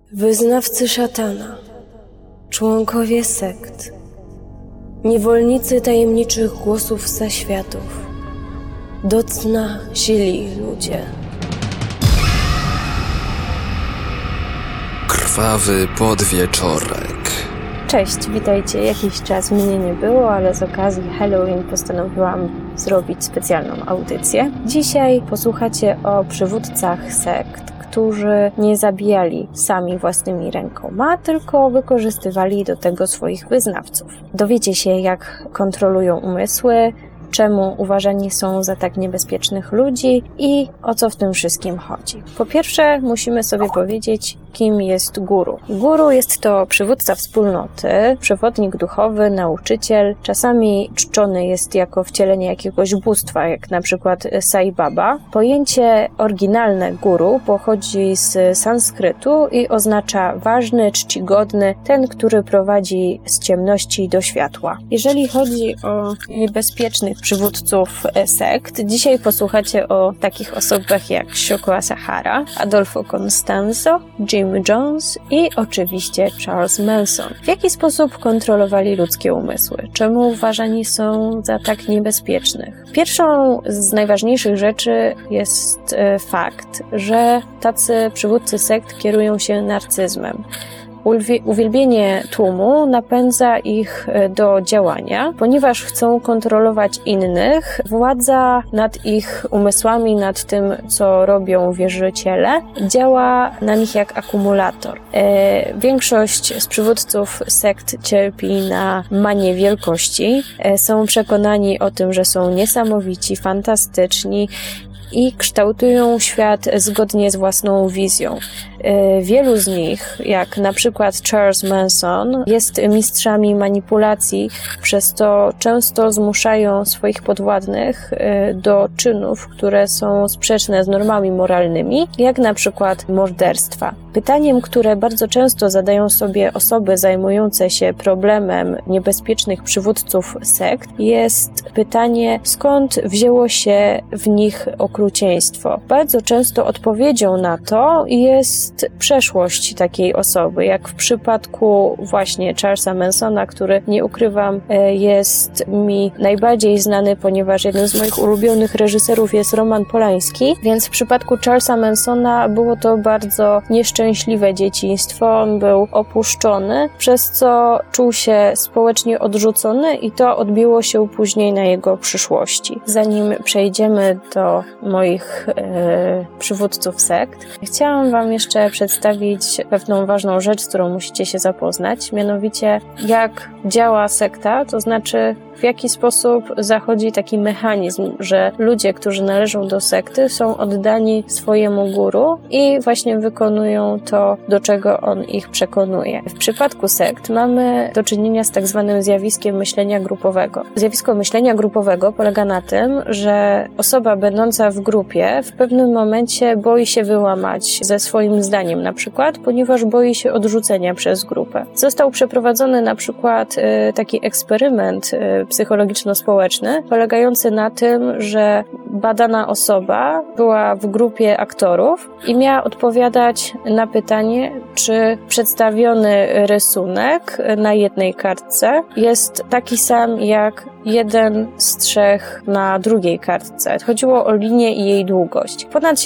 Wyznawcy szatana, członkowie sekt, niewolnicy tajemniczych głosów z zaświatów, do cna źli ludzie. Krwawy podwieczorek. Cześć, witajcie. Jakiś czas mnie nie było, ale z okazji Halloween postanowiłam zrobić specjalną audycję. Dzisiaj posłuchacie o przywódcach sekt, którzy nie zabijali sami własnymi rękoma, tylko wykorzystywali do tego swoich wyznawców. Dowiecie się, jak kontrolują umysły, czemu uważani są za tak niebezpiecznych ludzi i o co w tym wszystkim chodzi. Po pierwsze, musimy sobie powiedzieć, kim jest guru. Guru jest to przywódca wspólnoty, przewodnik duchowy, nauczyciel. Czasami czczony jest jako wcielenie jakiegoś bóstwa, jak na przykład Sai Baba. Pojęcie oryginalne guru pochodzi z sanskrytu i oznacza ważny, czcigodny, ten, który prowadzi z ciemności do światła. Jeżeli chodzi o niebezpiecznych przywódców sekt, dzisiaj posłuchacie o takich osobach jak Shoko Asahara, Adolfo Constanzo, Jim Jones i oczywiście Charles Manson. W jaki sposób kontrolowali ludzkie umysły? Czemu uważani są za tak niebezpiecznych? Pierwszą z najważniejszych rzeczy jest fakt, że tacy przywódcy sekt kierują się narcyzmem. Uwielbienie tłumu napędza ich do działania, ponieważ chcą kontrolować innych. Władza nad ich umysłami, nad tym, co robią wierzyciele, działa na nich jak akumulator. Większość z przywódców sekt cierpi na manię wielkości. Są przekonani o tym, że są niesamowici, fantastyczni i kształtują świat zgodnie z własną wizją. Wielu z nich, jak na przykład Charles Manson, jest mistrzami manipulacji, przez to często zmuszają swoich podwładnych do czynów, które są sprzeczne z normami moralnymi, jak na przykład morderstwa. Pytaniem, które bardzo często zadają sobie osoby zajmujące się problemem niebezpiecznych przywódców sekt, jest pytanie, skąd wzięło się w nich okrucieństwo. Bardzo często odpowiedzią na to jest przeszłość takiej osoby, jak w przypadku właśnie Charlesa Mansona, który, nie ukrywam, jest mi najbardziej znany, ponieważ jednym z moich ulubionych reżyserów jest Roman Polański, więc w przypadku Charlesa Mansona było to bardzo nieszczęśliwe dzieciństwo, on był opuszczony, przez co czuł się społecznie odrzucony i to odbiło się później na jego przyszłości. Zanim przejdziemy do moich przywódców sekt, chciałam Wam jeszcze przedstawić pewną ważną rzecz, z którą musicie się zapoznać, mianowicie jak działa sekta, to znaczy w jaki sposób zachodzi taki mechanizm, że ludzie, którzy należą do sekty, są oddani swojemu guru i właśnie wykonują to, do czego on ich przekonuje. W przypadku sekt mamy do czynienia z tak zwanym zjawiskiem myślenia grupowego. Zjawisko myślenia grupowego polega na tym, że osoba będąca w grupie w pewnym momencie boi się wyłamać ze swoim zdaniem na przykład, ponieważ boi się odrzucenia przez grupę. Został przeprowadzony na przykład taki eksperyment psychologiczno-społeczny, polegający na tym, że badana osoba była w grupie aktorów i miała odpowiadać na pytanie, czy przedstawiony rysunek na jednej kartce jest taki sam jak jeden z trzech na drugiej kartce. Chodziło o linię i jej długość. Ponad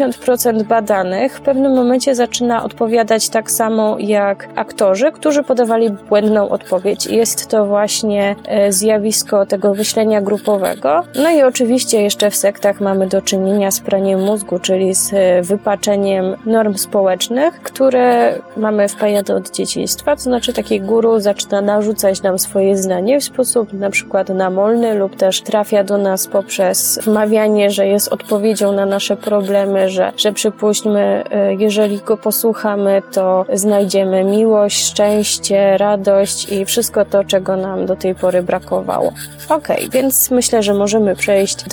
70% badanych w pewnym momencie zaczyna odpowiadać tak samo jak aktorzy, którzy podawali błędną odpowiedź. Jest to właśnie zjawisko tego myślenia grupowego. No i oczywiście jeszcze w sektach mamy do czynienia z praniem mózgu, czyli z wypaczeniem norm społecznych, które mamy wpajane od dzieciństwa. To znaczy taki guru zaczyna narzucać nam swoje zdanie w sposób na przykład namolny lub też trafia do nas poprzez wmawianie, że jest odpowiedzią na nasze problemy, że przypuśćmy, jeżeli go posłuchamy, to znajdziemy miłość, szczęście, radość i wszystko to, czego nam do tej pory brakowało. Okej, więc myślę, że możemy przejść do moich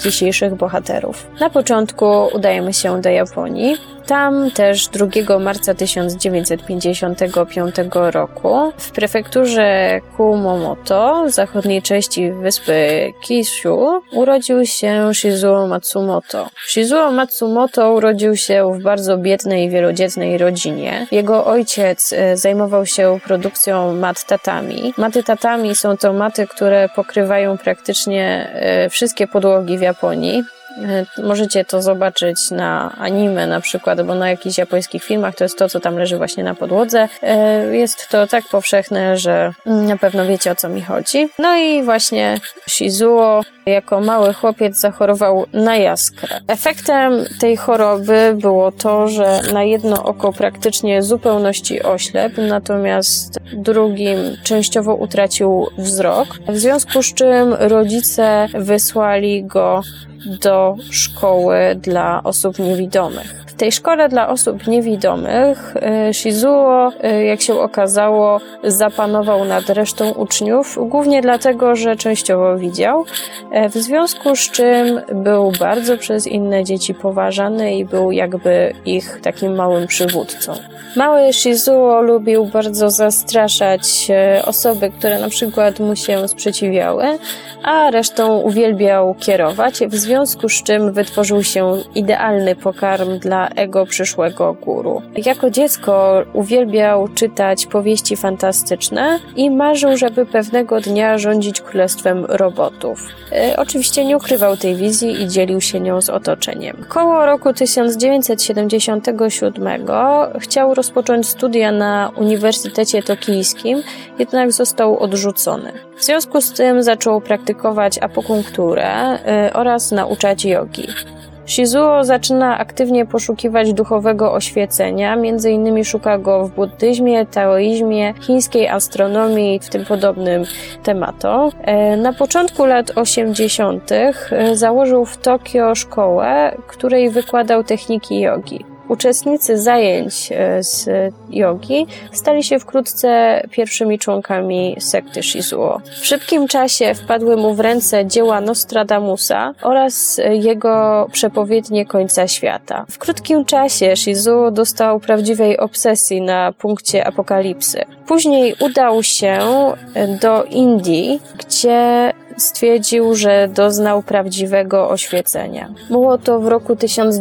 dzisiejszych bohaterów. Na początku udajemy się do Japonii. Tam też 2 marca 1955 roku w prefekturze Kumamoto, zachodniej części wyspy Kyushu, urodził się Shizuo Matsumoto. Shizuo Matsumoto urodził się w bardzo biednej i wielodzietnej rodzinie. Jego ojciec zajmował się produkcją mat tatami. Maty tatami są to maty, które pokrywają praktycznie wszystkie podłogi w Japonii. Możecie to zobaczyć na anime na przykład, albo na jakichś japońskich filmach, to jest to, co tam leży właśnie na podłodze. Jest to tak powszechne, że na pewno wiecie, o co mi chodzi. No i właśnie Shizuo jako mały chłopiec zachorował na jaskrę. Efektem tej choroby było to, że na jedno oko praktycznie w zupełności oślepł, natomiast drugim częściowo utracił wzrok, w związku z czym rodzice wysłali go do szkoły dla osób niewidomych. W tej szkole dla osób niewidomych Shizuo, jak się okazało, zapanował nad resztą uczniów, głównie dlatego, że częściowo widział, w związku z czym był bardzo przez inne dzieci poważany i był jakby ich takim małym przywódcą. Mały Shizuo lubił bardzo zastraszać osoby, które na przykład mu się sprzeciwiały, a resztą uwielbiał kierować, w związku z czym wytworzył się idealny pokarm dla ego przyszłego guru. Jako dziecko uwielbiał czytać powieści fantastyczne i marzył, żeby pewnego dnia rządzić królestwem robotów. Oczywiście nie ukrywał tej wizji i dzielił się nią z otoczeniem. Koło roku 1977 chciał rozpocząć studia na Uniwersytecie Tokijskim, jednak został odrzucony. W związku z tym zaczął praktykować akupunkturę oraz nauczać jogi. Shizuo zaczyna aktywnie poszukiwać duchowego oświecenia, m.in. szuka go w buddyzmie, taoizmie, chińskiej astronomii i w tym podobnym tematom. Na początku lat 80. założył w Tokio szkołę, której wykładał techniki jogi. Uczestnicy zajęć z jogi stali się wkrótce pierwszymi członkami sekty Shizuo. W szybkim czasie wpadły mu w ręce dzieła Nostradamusa oraz jego przepowiednie końca świata. W krótkim czasie Shizuo dostał prawdziwej obsesji na punkcie apokalipsy. Później udał się do Indii, gdzie stwierdził, że doznał prawdziwego oświecenia. Było to w roku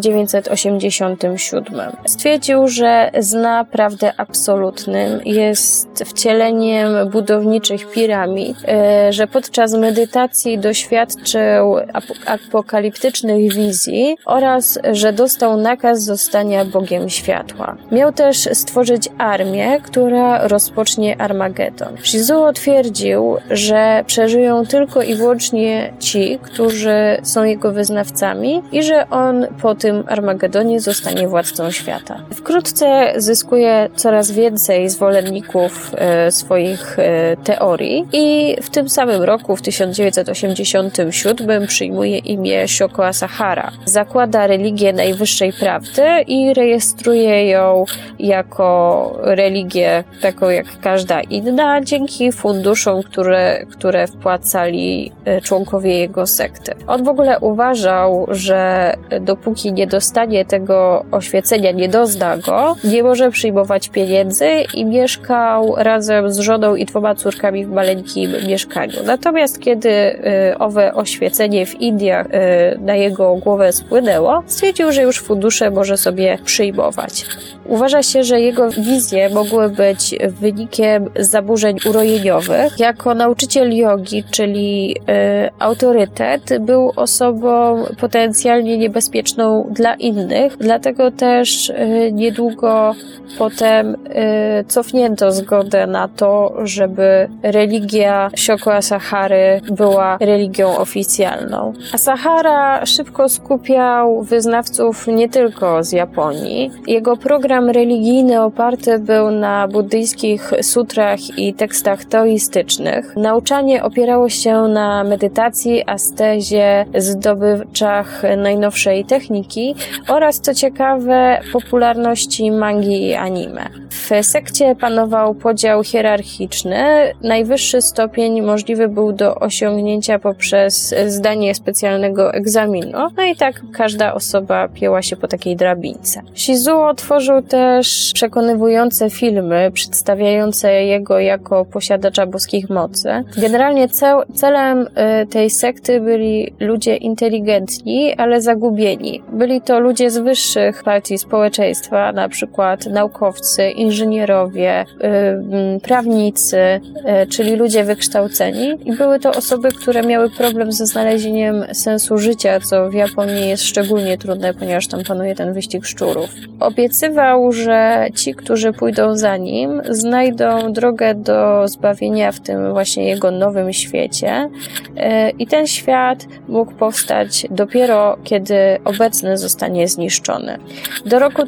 1987. Stwierdził, że zna prawdę absolutnym, jest wcieleniem budowniczych piramid, że podczas medytacji doświadczył apokaliptycznych wizji oraz, że dostał nakaz zostania Bogiem Światła. Miał też stworzyć armię, która rozpocznie Armagedon. Shizuo twierdził, że przeżyją tylko i wyłącznie ci, którzy są jego wyznawcami i że on po tym Armagedonie zostanie władcą świata. Wkrótce zyskuje coraz więcej zwolenników swoich teorii i w tym samym roku, w 1987, przyjmuje imię Shoko Asahara. Zakłada religię najwyższej prawdy i rejestruje ją jako religię taką jak każda inna, dzięki funduszom, które wpłacali członkowie jego sekty. On w ogóle uważał, że dopóki nie dostanie tego oświecenia, nie dozna go, nie może przyjmować pieniędzy i mieszkał razem z żoną i 2 córkami w maleńkim mieszkaniu. Natomiast kiedy owe oświecenie w Indiach na jego głowę spłynęło, stwierdził, że już fundusze może sobie przyjmować. Uważa się, że jego wizje mogły być wynikiem zaburzeń urojeniowych. Jako nauczyciel jogi, czyli autorytet, był osobą potencjalnie niebezpieczną dla innych, dlatego też niedługo potem cofnięto zgodę na to, żeby religia Shoko Asahary była religią oficjalną. Asahara szybko skupiał wyznawców nie tylko z Japonii. Jego program religijny oparty był na buddyjskich sutrach i tekstach taoistycznych. Nauczanie opierało się na medytacji, astezie, zdobyczach najnowszej techniki oraz, co ciekawe, popularności mangi i anime. W sekcie panował podział hierarchiczny. Najwyższy stopień możliwy był do osiągnięcia poprzez zdanie specjalnego egzaminu. No i tak każda osoba pięła się po takiej drabince. Shizuo tworzył też przekonywujące filmy przedstawiające jego jako posiadacza boskich mocy. Generalnie celem tej sekty byli ludzie inteligentni, ale zagubieni. Byli to ludzie z wyższych partii społeczeństwa, na przykład naukowcy, inżynierowie, prawnicy, czyli ludzie wykształceni. I były to osoby, które miały problem ze znalezieniem sensu życia, co w Japonii jest szczególnie trudne, ponieważ tam panuje ten wyścig szczurów. Obiecywał, że ci, którzy pójdą za nim, znajdą drogę do zbawienia w tym właśnie jego nowym świecie. I ten świat mógł powstać dopiero, kiedy obecny zostanie zniszczony. Do roku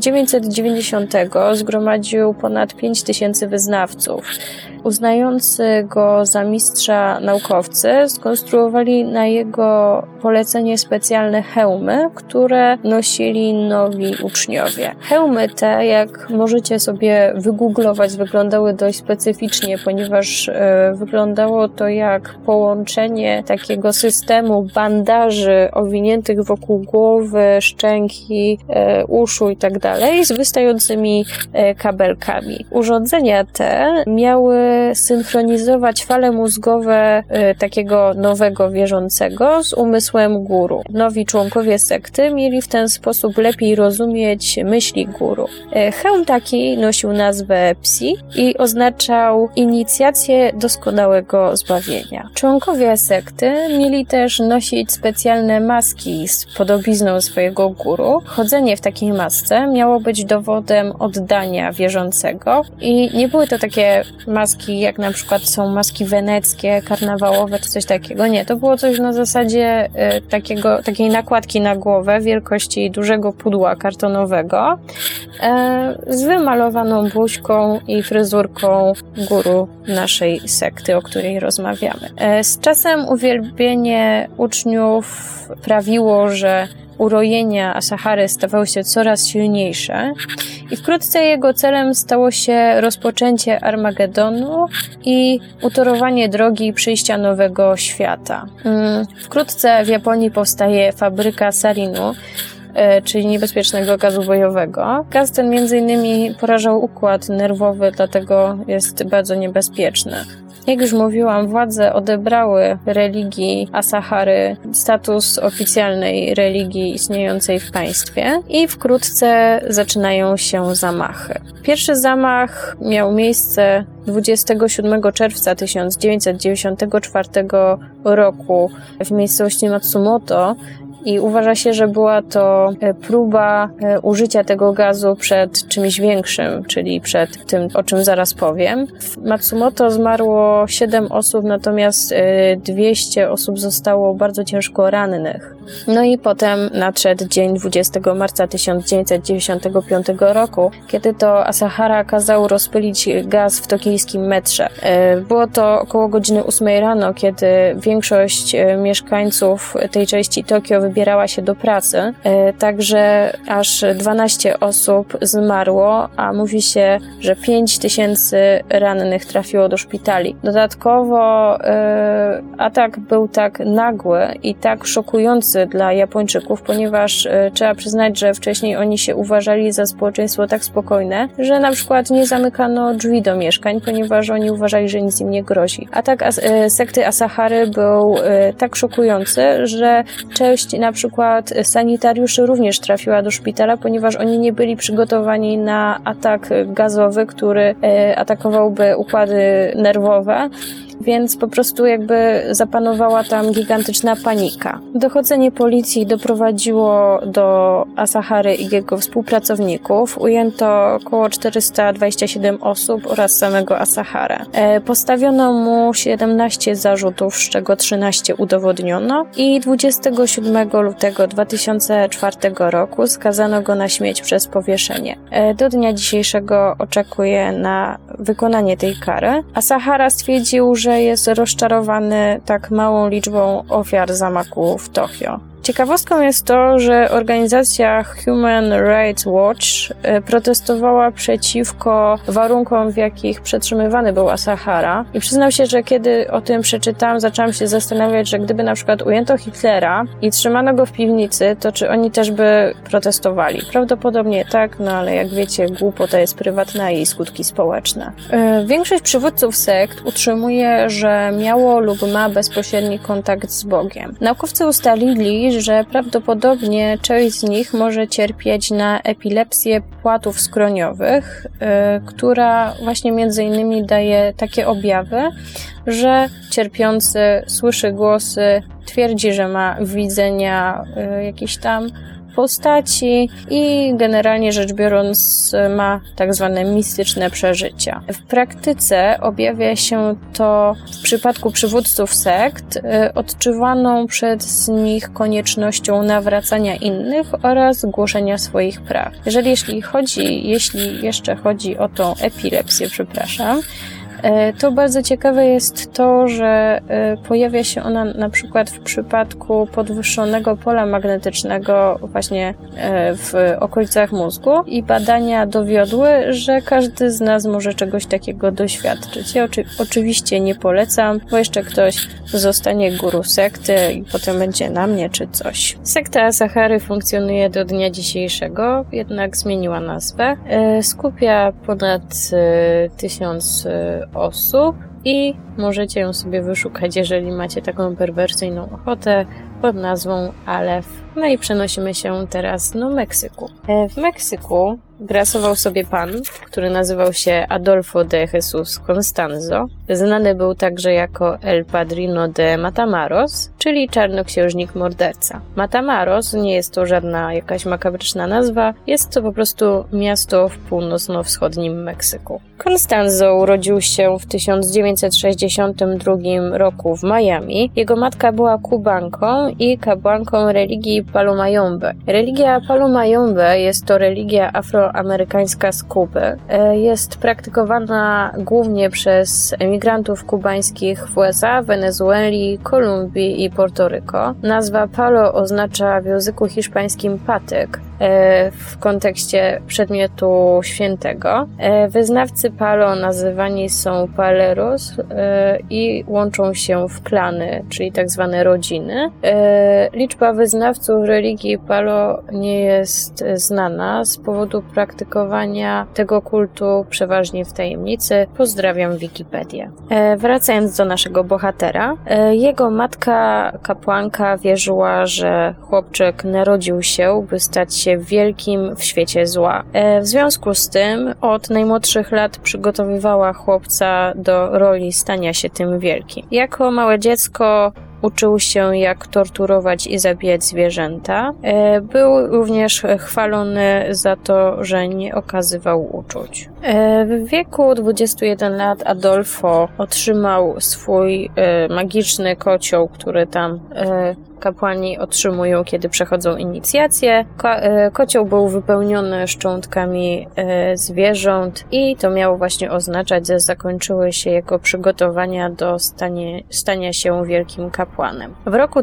1990 zgromadził ponad 5000 wyznawców. Uznający go za mistrza naukowcy skonstruowali na jego polecenie specjalne hełmy, które nosili nowi uczniowie. Hełmy te, jak możecie sobie wygooglować, wyglądały dość specyficznie, ponieważ wyglądało to jak połączenie takiego systemu bandaży owiniętych wokół głowy, szczęki, uszu i tak dalej, z wystającymi kabelkami. Urządzenia te miały synchronizować fale mózgowe takiego nowego wierzącego z umysłem guru. Nowi członkowie sekty mieli w ten sposób lepiej rozumieć myśli guru. Hełm taki nosił nazwę Psi i oznaczał inicjację doskonałego zbawienia. Członkowie sekty mieli też nosić specjalne maski z podobizną swojego guru. Chodzenie w takiej masce miało być dowodem oddania wierzącego i nie były to takie maski, jak na przykład są maski weneckie, karnawałowe czy coś takiego. Nie, to było coś na zasadzie takiej nakładki na głowę wielkości dużego pudła kartonowego z wymalowaną buźką i fryzurką guru naszej sekty, o której rozmawiamy. Z czasem uwielbienie uczniów prawiło, że urojenia Asahary stawały się coraz silniejsze i wkrótce jego celem stało się rozpoczęcie Armagedonu i utorowanie drogi przyjścia nowego świata. Wkrótce w Japonii powstaje fabryka sarinu, czyli niebezpiecznego gazu bojowego. Gaz ten m.in. porażał układ nerwowy, dlatego jest bardzo niebezpieczny. Jak już mówiłam, władze odebrały religii Asahary status oficjalnej religii istniejącej w państwie i wkrótce zaczynają się zamachy. Pierwszy zamach miał miejsce 27 czerwca 1994 roku w miejscowości Matsumoto i uważa się, że była to próba użycia tego gazu przed czymś większym, czyli przed tym, o czym zaraz powiem. W Matsumoto zmarło 7 osób, natomiast 200 osób zostało bardzo ciężko rannych. No i potem nadszedł dzień 20 marca 1995 roku, kiedy to Asahara kazał rozpylić gaz w tokijskim metrze. Było to około godziny 8 rano, kiedy większość mieszkańców tej części Tokio wybierała się do pracy, także aż 12 osób zmarło, a mówi się, że 5000 rannych trafiło do szpitali. Dodatkowo atak był tak nagły i tak szokujący dla Japończyków, ponieważ trzeba przyznać, że wcześniej oni się uważali za społeczeństwo tak spokojne, że na przykład nie zamykano drzwi do mieszkań, ponieważ oni uważali, że nic im nie grozi. Atak sekty Asahary był tak szokujący, że część na przykład sanitariuszy również trafiła do szpitala, ponieważ oni nie byli przygotowani na atak gazowy, który atakowałby układy nerwowe. Więc po prostu jakby zapanowała tam gigantyczna panika. Dochodzenie policji doprowadziło do Asahary i jego współpracowników. Ujęto około 427 osób oraz samego Asaharę. Postawiono mu 17 zarzutów, z czego 13 udowodniono i 27 lutego 2004 roku skazano go na śmierć przez powieszenie. Do dnia dzisiejszego oczekuje na wykonanie tej kary. Asahara stwierdził, że że jest rozczarowany tak małą liczbą ofiar zamachu w Tokio. Ciekawostką jest to, że organizacja Human Rights Watch protestowała przeciwko warunkom, w jakich przetrzymywany był Asahara i przyznał się, że kiedy o tym przeczytałam, zaczęłam się zastanawiać, że gdyby na przykład ujęto Hitlera i trzymano go w piwnicy, to czy oni też by protestowali? Prawdopodobnie tak, no ale jak wiecie, głupota jest prywatna i skutki społeczne. Większość przywódców sekt utrzymuje, że miało lub ma bezpośredni kontakt z Bogiem. Naukowcy ustalili, że prawdopodobnie część z nich może cierpieć na epilepsję płatów skroniowych, która właśnie między innymi daje takie objawy, że cierpiący słyszy głosy, twierdzi, że ma widzenia jakichś tam postaci i generalnie rzecz biorąc ma tak zwane mistyczne przeżycia. W praktyce objawia się to w przypadku przywódców sekt odczuwaną przez nich koniecznością nawracania innych oraz głoszenia swoich praw. Jeśli jeszcze chodzi o tą epilepsję, to bardzo ciekawe jest to, że pojawia się ona na przykład w przypadku podwyższonego pola magnetycznego właśnie w okolicach mózgu i badania dowiodły, że każdy z nas może czegoś takiego doświadczyć. Ja oczywiście nie polecam, bo jeszcze ktoś zostanie guru sekty i potem będzie na mnie czy coś. Sekta Asahary funkcjonuje do dnia dzisiejszego, jednak zmieniła nazwę. Skupia ponad 1000 osób i możecie ją sobie wyszukać, jeżeli macie taką perwersyjną ochotę, pod nazwą Aleph. No i przenosimy się teraz do Meksyku. W Meksyku grasował sobie pan, który nazywał się Adolfo de Jesus Constanzo. Znany był także jako El Padrino de Matamoros, czyli czarnoksiężnik morderca. Matamoros nie jest to żadna jakaś makabryczna nazwa, jest to po prostu miasto w północno-wschodnim Meksyku. Constanzo urodził się w 1962 roku w Miami. Jego matka była Kubanką i kapłanką religii Palomayombe. Religia Palomayombe jest to religia afroamerykańska z Kuby. Jest praktykowana głównie przez emigrantów kubańskich w USA, Wenezueli, Kolumbii i Portoryko. Nazwa Palo oznacza w języku hiszpańskim patyk w kontekście przedmiotu świętego. Wyznawcy Palo nazywani są paleros i łączą się w klany, czyli tak zwane rodziny. Liczba wyznawców religii Palo nie jest znana z powodu praktykowania tego kultu przeważnie w tajemnicy. Pozdrawiam Wikipedię. Wracając do naszego bohatera, jego matka kapłanka wierzyła, że chłopczyk narodził się, by stać się wielkim w świecie zła. W związku z tym od najmłodszych lat przygotowywała chłopca do roli stania się tym wielkim. Jako małe dziecko uczył się, jak torturować i zabijać zwierzęta. Był również chwalony za to, że nie okazywał uczuć. W wieku 21 lat Adolfo otrzymał swój magiczny kocioł, który tam kapłani otrzymują, kiedy przechodzą inicjację. Kocioł był wypełniony szczątkami zwierząt i to miało właśnie oznaczać, że zakończyły się jego przygotowania do stania się wielkim kapłanem. W roku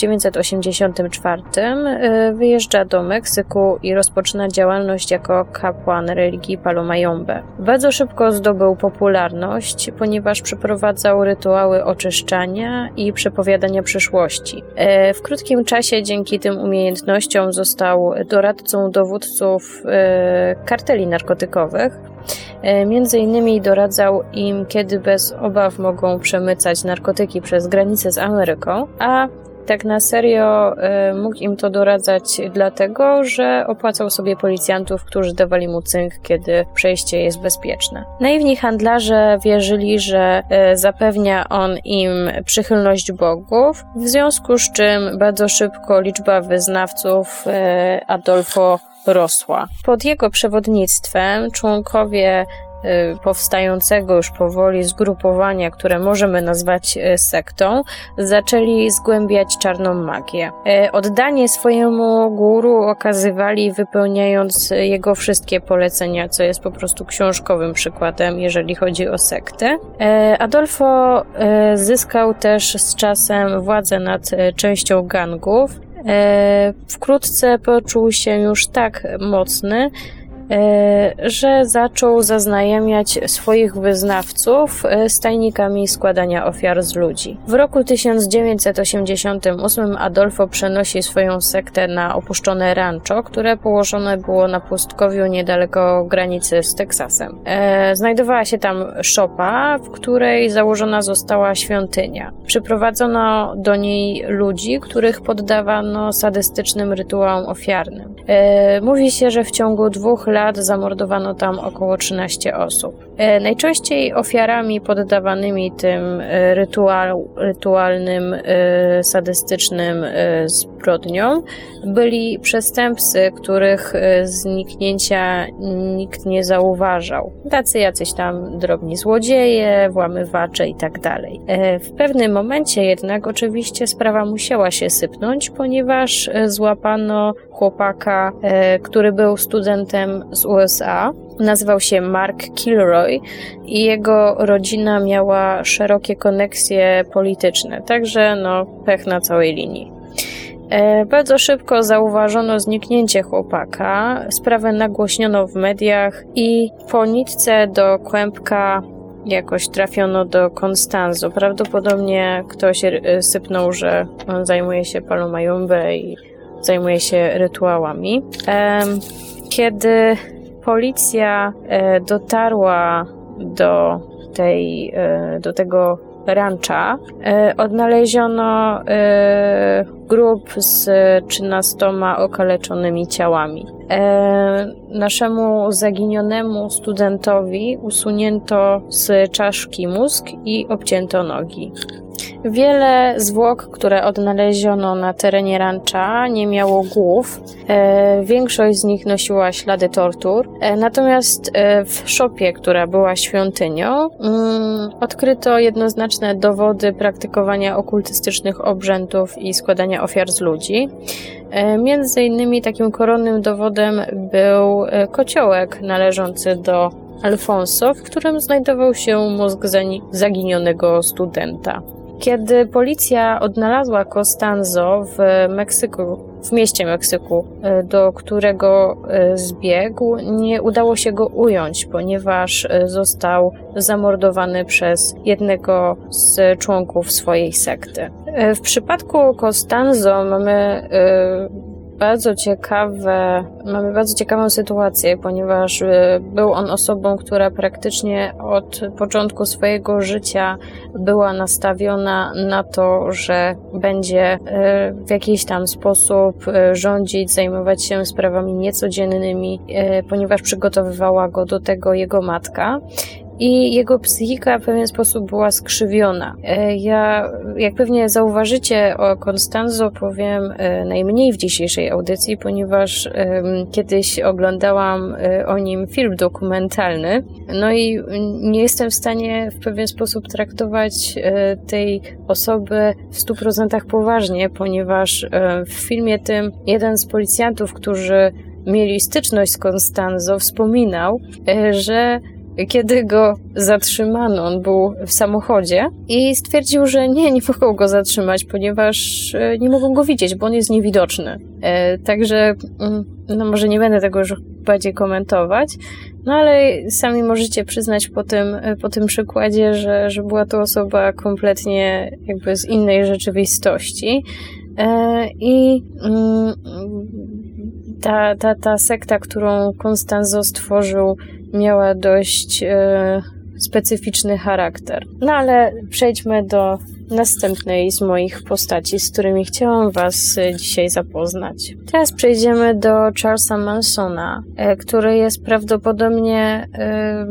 1984 wyjeżdża do Meksyku i rozpoczyna działalność jako kapłan religii Palomayombe. Bardzo szybko zdobył popularność, ponieważ przeprowadzał rytuały oczyszczania i przepowiadania przyszłości. W krótkim czasie dzięki tym umiejętnościom został doradcą dowódców karteli narkotykowych. Między innymi doradzał im, kiedy bez obaw mogą przemycać narkotyki przez granicę z Ameryką, a tak na serio mógł im to doradzać dlatego, że opłacał sobie policjantów, którzy dawali mu cynk, kiedy przejście jest bezpieczne. Naiwni handlarze wierzyli, że zapewnia on im przychylność bogów, w związku z czym bardzo szybko liczba wyznawców Adolfo rosła. Pod jego przewodnictwem członkowie powstającego już powoli zgrupowania, które możemy nazwać sektą, zaczęli zgłębiać czarną magię. Oddanie swojemu guru okazywali wypełniając jego wszystkie polecenia, co jest po prostu książkowym przykładem, jeżeli chodzi o sektę. Adolfo zyskał też z czasem władzę nad częścią gangów. Wkrótce poczuł się już tak mocny, że zaczął zaznajamiać swoich wyznawców z tajnikami składania ofiar z ludzi. W roku 1988 Adolfo przenosi swoją sektę na opuszczone rancho, które położone było na pustkowiu niedaleko granicy z Teksasem. Znajdowała się tam szopa, w której założona została świątynia. Przyprowadzono do niej ludzi, których poddawano sadystycznym rytuałom ofiarnym. Mówi się, że w ciągu 2 lat zamordowano tam około 13 osób. Najczęściej ofiarami poddawanymi tym rytualnym, sadystycznym zbrodniom byli przestępcy, których zniknięcia nikt nie zauważał. Tacy jacyś tam drobni złodzieje, włamywacze i tak dalej. W pewnym momencie jednak oczywiście sprawa musiała się sypnąć, ponieważ złapano chłopaka, który był studentem z USA. Nazywał się Mark Kilroy i jego rodzina miała szerokie koneksje polityczne, także pech na całej linii. Bardzo szybko zauważono zniknięcie chłopaka, sprawę nagłośniono w mediach i po nitce do kłębka jakoś trafiono do Constanzo. Prawdopodobnie ktoś sypnął, że on zajmuje się Palomayumbę i zajmuje się rytuałami. Kiedy policja dotarła do tego rancha, odnaleziono grób z 13 okaleczonymi ciałami. Naszemu zaginionemu studentowi usunięto z czaszki mózg i obcięto nogi. Wiele zwłok, które odnaleziono na terenie rancha, nie miało głów. Większość z nich nosiła ślady tortur. Natomiast w szopie, która była świątynią, odkryto jednoznaczne dowody praktykowania okultystycznych obrzędów i składania ofiar z ludzi. Między innymi takim koronnym dowodem był kociołek należący do Alfonso, w którym znajdował się mózg zaginionego studenta. Kiedy policja odnalazła Constanzo w mieście Meksyku, do którego zbiegł, nie udało się go ująć, ponieważ został zamordowany przez jednego z członków swojej sekty. W przypadku Constanzo mamy bardzo ciekawą sytuację, ponieważ był on osobą, która praktycznie od początku swojego życia była nastawiona na to, że będzie w jakiś tam sposób rządzić, zajmować się sprawami niecodziennymi, ponieważ przygotowywała go do tego jego matka. I jego psychika w pewien sposób była skrzywiona. Ja, jak pewnie zauważycie, o Constanzo powiem najmniej w dzisiejszej audycji, ponieważ kiedyś oglądałam o nim film dokumentalny, i nie jestem w stanie w pewien sposób traktować tej osoby w 100% poważnie, ponieważ w filmie tym jeden z policjantów, którzy mieli styczność z Constanzo, wspominał, że kiedy go zatrzymano, on był w samochodzie i stwierdził, że nie mogą go zatrzymać, ponieważ nie mogą go widzieć, bo on jest niewidoczny. Także może nie będę tego już bardziej komentować, ale sami możecie przyznać po tym przykładzie, że była to osoba kompletnie jakby z innej rzeczywistości. I ta sekta, którą Constanzo stworzył, miała dość specyficzny charakter. Ale przejdźmy do następnej z moich postaci, z którymi chciałam Was dzisiaj zapoznać. Teraz przejdziemy do Charlesa Mansona, który jest prawdopodobnie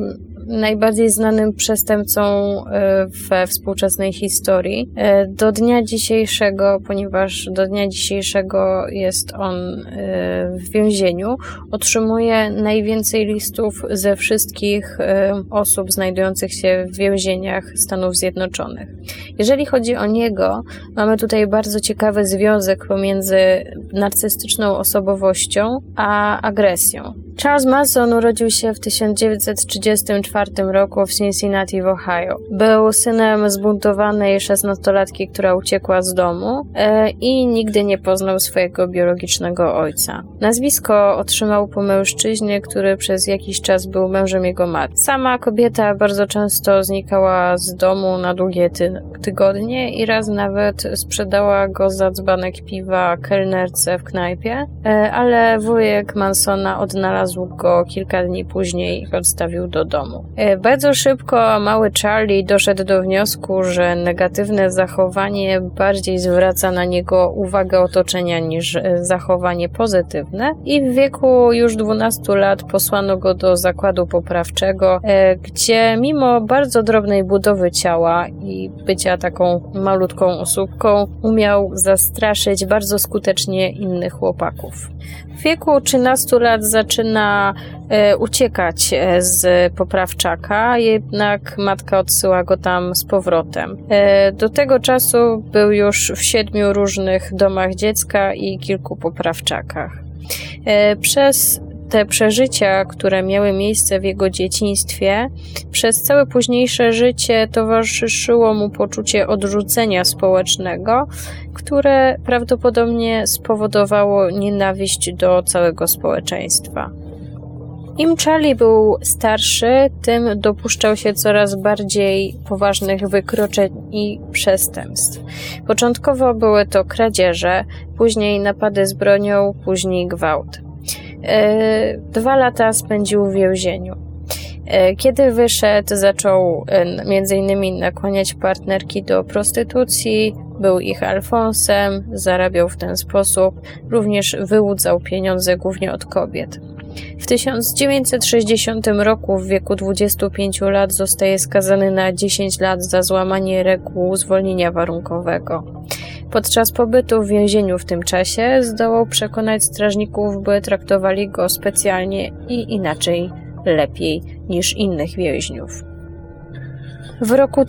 najbardziej znanym przestępcą we współczesnej historii. Do dnia dzisiejszego, ponieważ do dnia dzisiejszego jest on w więzieniu, otrzymuje najwięcej listów ze wszystkich osób znajdujących się w więzieniach Stanów Zjednoczonych. Jeżeli chodzi o niego, mamy tutaj bardzo ciekawy związek pomiędzy narcystyczną osobowością a agresją. Charles Manson urodził się w 1934 roku w Cincinnati w Ohio. Był synem zbuntowanej 16-latki, która uciekła z domu i nigdy nie poznał swojego biologicznego ojca. Nazwisko otrzymał po mężczyźnie, który przez jakiś czas był mężem jego matki. Sama kobieta bardzo często znikała z domu na długie tygodnie i raz nawet sprzedała go za dzbanek piwa kelnerce w knajpie, ale wujek Mansona odnalazł go kilka dni później i odstawił do domu. Bardzo szybko mały Charlie doszedł do wniosku, że negatywne zachowanie bardziej zwraca na niego uwagę otoczenia niż zachowanie pozytywne i w wieku już 12 lat posłano go do zakładu poprawczego, gdzie mimo bardzo drobnej budowy ciała i bycia taką malutką osóbką umiał zastraszyć bardzo skutecznie innych chłopaków. W wieku 13 lat zaczyna uciekać z poprawczaka, jednak matka odsyła go tam z powrotem. Do tego czasu był już w 7 różnych domach dziecka i kilku poprawczakach. Przez te przeżycia, które miały miejsce w jego dzieciństwie, przez całe późniejsze życie towarzyszyło mu poczucie odrzucenia społecznego, które prawdopodobnie spowodowało nienawiść do całego społeczeństwa. Im Charlie był starszy, tym dopuszczał się coraz bardziej poważnych wykroczeń i przestępstw. Początkowo były to kradzieże, później napady z bronią, później gwałt. 2 lata spędził w więzieniu. Kiedy wyszedł, zaczął m.in. nakłaniać partnerki do prostytucji, był ich alfonsem, zarabiał w ten sposób, również wyłudzał pieniądze głównie od kobiet. W 1960 roku w wieku 25 lat zostaje skazany na 10 lat za złamanie reguł zwolnienia warunkowego. Podczas pobytu w więzieniu w tym czasie zdołał przekonać strażników, by traktowali go specjalnie i inaczej, lepiej niż innych więźniów. W roku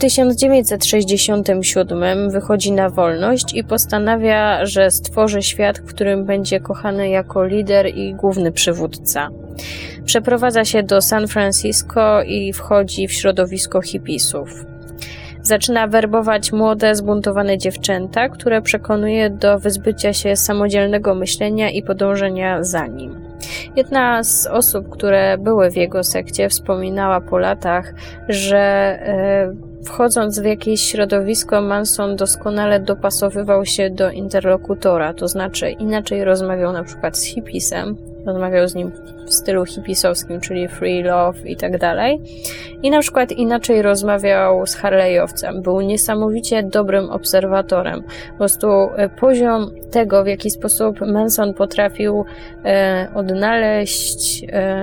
1967 wychodzi na wolność i postanawia, że stworzy świat, w którym będzie kochany jako lider i główny przywódca. Przeprowadza się do San Francisco i wchodzi w środowisko hipisów. Zaczyna werbować młode, zbuntowane dziewczęta, które przekonuje do wyzbycia się samodzielnego myślenia i podążenia za nim. Jedna z osób, które były w jego sekcie, wspominała po latach, że wchodząc w jakieś środowisko, Manson doskonale dopasowywał się do interlokutora, to znaczy inaczej rozmawiał na przykład z hipisem, rozmawiał z nim w stylu hipisowskim, czyli free love i tak dalej. I na przykład inaczej rozmawiał z Harley'owcem. Był niesamowicie dobrym obserwatorem. Po prostu poziom tego, w jaki sposób Manson potrafił odnaleźć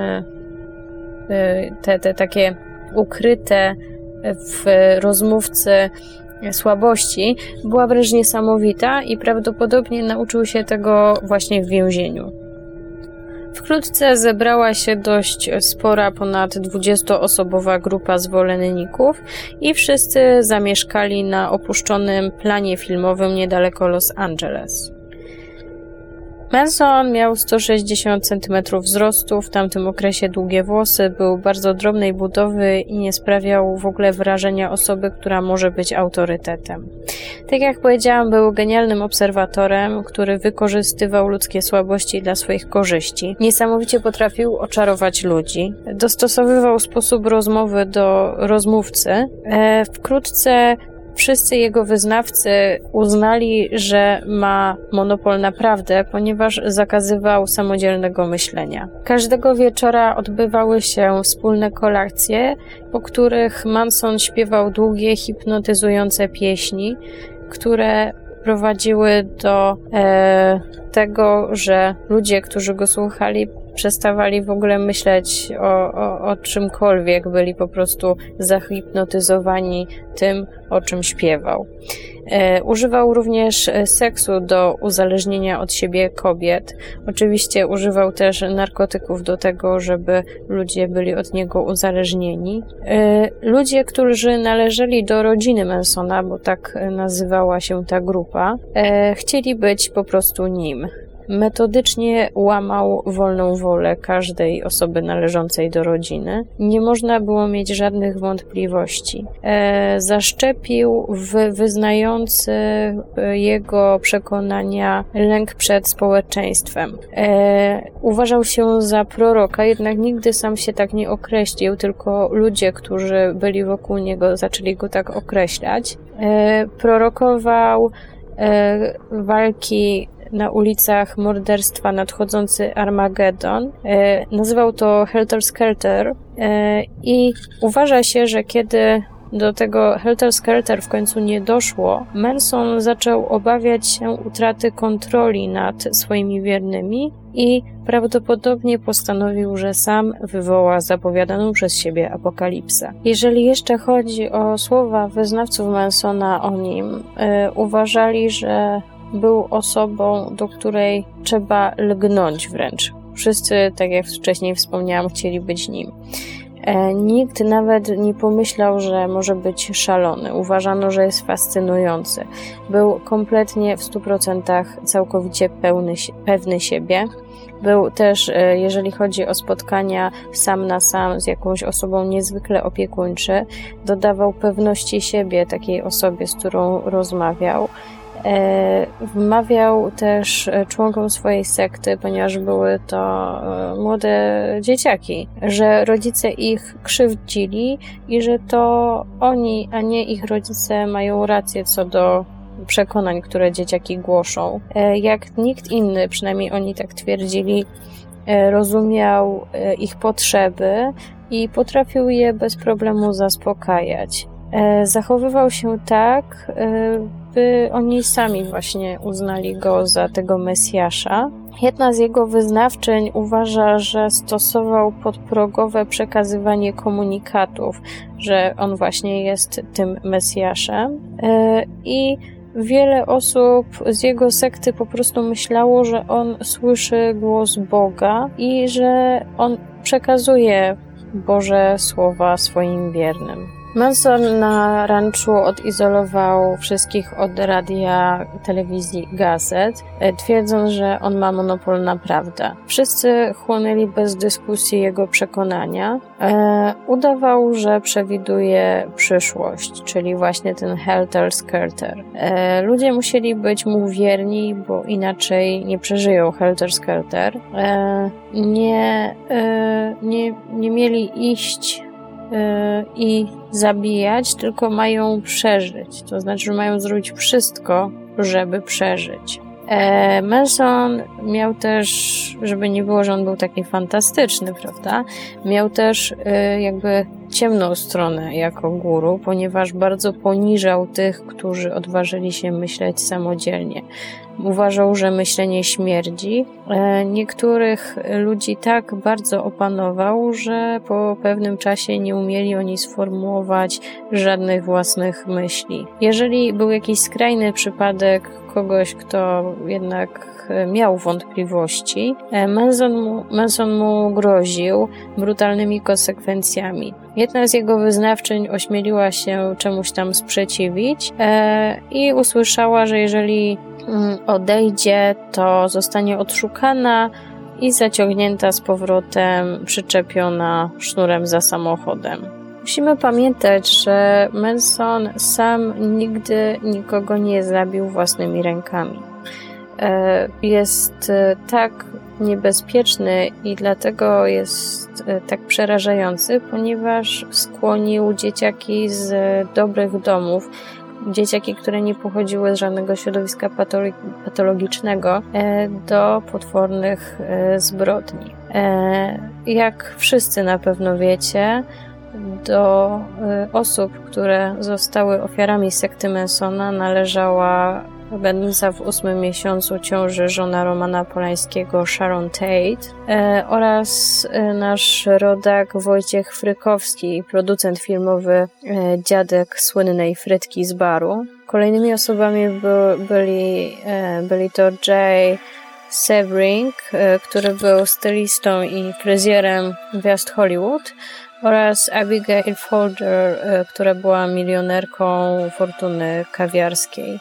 te takie ukryte w rozmówcy słabości, była wręcz niesamowita i prawdopodobnie nauczył się tego właśnie w więzieniu. Wkrótce zebrała się dość spora, ponad 20-osobowa grupa zwolenników i wszyscy zamieszkali na opuszczonym planie filmowym niedaleko Los Angeles. Manson miał 160 cm wzrostu, w tamtym okresie długie włosy, był bardzo drobnej budowy i nie sprawiał w ogóle wrażenia osoby, która może być autorytetem. Tak jak powiedziałam, był genialnym obserwatorem, który wykorzystywał ludzkie słabości dla swoich korzyści. Niesamowicie potrafił oczarować ludzi. Dostosowywał sposób rozmowy do rozmówcy. Wkrótce wszyscy jego wyznawcy uznali, że ma monopol na prawdę, ponieważ zakazywał samodzielnego myślenia. Każdego wieczora odbywały się wspólne kolacje, po których Manson śpiewał długie, hipnotyzujące pieśni, które prowadziły do tego, że ludzie, którzy go słuchali, przestawali w ogóle myśleć o czymkolwiek, byli po prostu zahipnotyzowani tym, o czym śpiewał. Używał również seksu do uzależnienia od siebie kobiet. Oczywiście używał też narkotyków do tego, żeby ludzie byli od niego uzależnieni. Ludzie, którzy należeli do rodziny Mansona, bo tak nazywała się ta grupa, chcieli być po prostu nim. Metodycznie łamał wolną wolę każdej osoby należącej do rodziny. Nie można było mieć żadnych wątpliwości. Zaszczepił w wyznający jego przekonania lęk przed społeczeństwem. Uważał się za proroka, jednak nigdy sam się tak nie określił, tylko ludzie, którzy byli wokół niego, zaczęli go tak określać. Prorokował walki na ulicach, morderstwa, nadchodzący Armagedon. Nazywał to Helter Skelter i uważa się, że kiedy do tego Helter Skelter w końcu nie doszło, Manson zaczął obawiać się utraty kontroli nad swoimi wiernymi i prawdopodobnie postanowił, że sam wywoła zapowiadaną przez siebie apokalipsę. Jeżeli jeszcze chodzi o słowa wyznawców Mansona o nim, uważali, że był osobą, do której trzeba lgnąć wręcz. Wszyscy, tak jak wcześniej wspomniałam, chcieli być nim. Nikt nawet nie pomyślał, że może być szalony. Uważano, że jest fascynujący. Był kompletnie w 100% całkowicie pewny siebie. Był też, jeżeli chodzi o spotkania sam na sam z jakąś osobą, niezwykle opiekuńczy. Dodawał pewności siebie takiej osobie, z którą rozmawiał. Wmawiał też członkom swojej sekty, ponieważ były to młode dzieciaki, że rodzice ich krzywdzili i że to oni, a nie ich rodzice mają rację co do przekonań, które dzieciaki głoszą. Jak nikt inny, przynajmniej oni tak twierdzili, rozumiał ich potrzeby i potrafił je bez problemu zaspokajać. Zachowywał się tak, by oni sami właśnie uznali go za tego Mesjasza. Jedna z jego wyznawczyń uważa, że stosował podprogowe przekazywanie komunikatów, że on właśnie jest tym Mesjaszem i wiele osób z jego sekty po prostu myślało, że on słyszy głos Boga i że on przekazuje Boże słowa swoim wiernym. Manson na ranczu odizolował wszystkich od radia, telewizji, gazet, twierdząc, że on ma monopol na prawdę. Wszyscy chłonęli bez dyskusji jego przekonania. Udawał, że przewiduje przyszłość, czyli właśnie ten Helter Skelter. Ludzie musieli być mu wierni, bo inaczej nie przeżyją Helter Skelter. Nie mieli iść i zabijać, tylko mają przeżyć. To znaczy, że mają zrobić wszystko, żeby przeżyć. Manson miał też, żeby nie było, że on był taki fantastyczny, prawda? Miał też jakby ciemną stronę jako guru, ponieważ bardzo poniżał tych, którzy odważyli się myśleć samodzielnie. Uważał, że myślenie śmierdzi. Niektórych ludzi tak bardzo opanował, że po pewnym czasie nie umieli oni sformułować żadnych własnych myśli. Jeżeli był jakiś skrajny przypadek kogoś, kto jednak miał wątpliwości, Manson mu groził brutalnymi konsekwencjami. Jedna z jego wyznawczyń ośmieliła się czemuś tam sprzeciwić i usłyszała, że jeżeli odejdzie, to zostanie odszukana i zaciągnięta z powrotem, przyczepiona sznurem za samochodem. Musimy pamiętać, że Manson sam nigdy nikogo nie zabił własnymi rękami. Jest tak niebezpieczny i dlatego jest tak przerażający, ponieważ skłonił dzieciaki z dobrych domów, dzieciaki, które nie pochodziły z żadnego środowiska patologicznego, do potwornych zbrodni. Jak wszyscy na pewno wiecie, do osób, które zostały ofiarami sekty Mansona, należała będąca w 8. miesiącu ciąży żona Romana Polańskiego, Sharon Tate, oraz nasz rodak Wojciech Frykowski, producent filmowy, dziadek słynnej frytki z baru. Kolejnymi osobami byli to Jay Sebring, który był stylistą i fryzjerem gwiazd Hollywood, oraz Abigail Folger, która była milionerką fortuny kawiarskiej.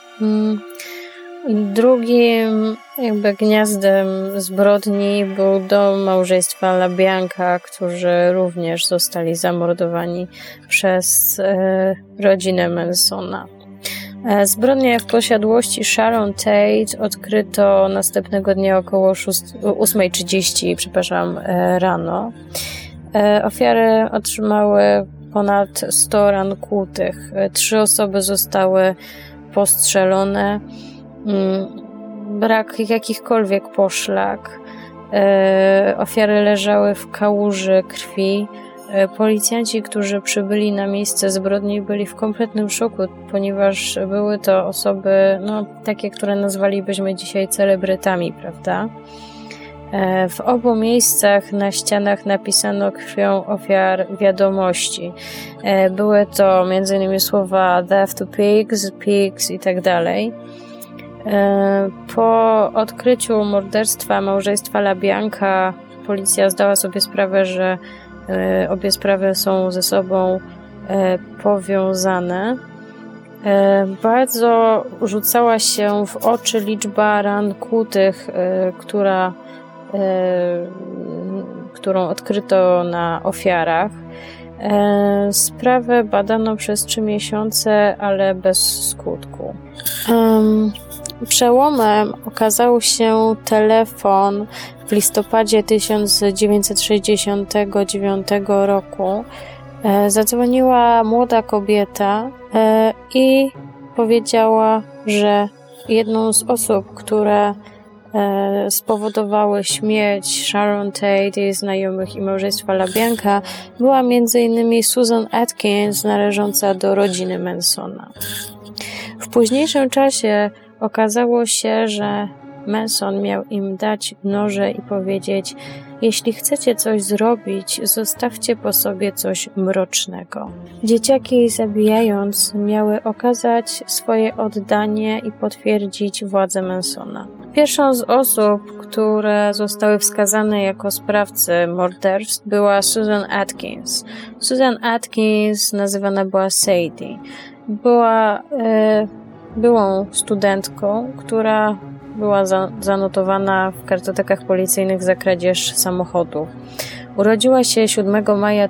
Drugim gniazdem zbrodni był dom małżeństwa LaBianca, którzy również zostali zamordowani przez rodzinę Mansona. Zbrodnię w posiadłości Sharon Tate odkryto następnego dnia około 8:30, rano. Ofiary otrzymały ponad 100 ran kłutych. 3 osoby zostały postrzelone. Brak jakichkolwiek poszlak. Ofiary leżały w kałuży krwi. Policjanci, którzy przybyli na miejsce zbrodni, byli w kompletnym szoku, ponieważ były to osoby, takie, które nazwalibyśmy dzisiaj celebrytami, prawda? W obu miejscach na ścianach napisano krwią ofiar wiadomości. Były to m.in. słowa "death to pigs" i tak dalej. Po odkryciu morderstwa małżeństwa LaBianca policja zdała sobie sprawę, że obie sprawy są ze sobą powiązane. Bardzo rzucała się w oczy liczba ran kłutych, którą odkryto na ofiarach. Sprawę badano przez 3 miesiące, ale bez skutku. Przełomem okazał się telefon w listopadzie 1969 roku. Zadzwoniła młoda kobieta i powiedziała, że jedną z osób, które spowodowały śmierć Sharon Tate, jej znajomych i małżeństwa LaBianca, była m.in. Susan Atkins, należąca do rodziny Mansona. W późniejszym czasie okazało się, że Manson miał im dać noże i powiedzieć: jeśli chcecie coś zrobić, zostawcie po sobie coś mrocznego. Dzieciaki, zabijając, miały okazać swoje oddanie i potwierdzić władzę Mansona. Pierwszą z osób, które zostały wskazane jako sprawcy morderstw, była Susan Atkins. Susan Atkins nazywana była Sadie. Była byłą studentką, która była zanotowana w kartotekach policyjnych za kradzież samochodu. Urodziła się 7 maja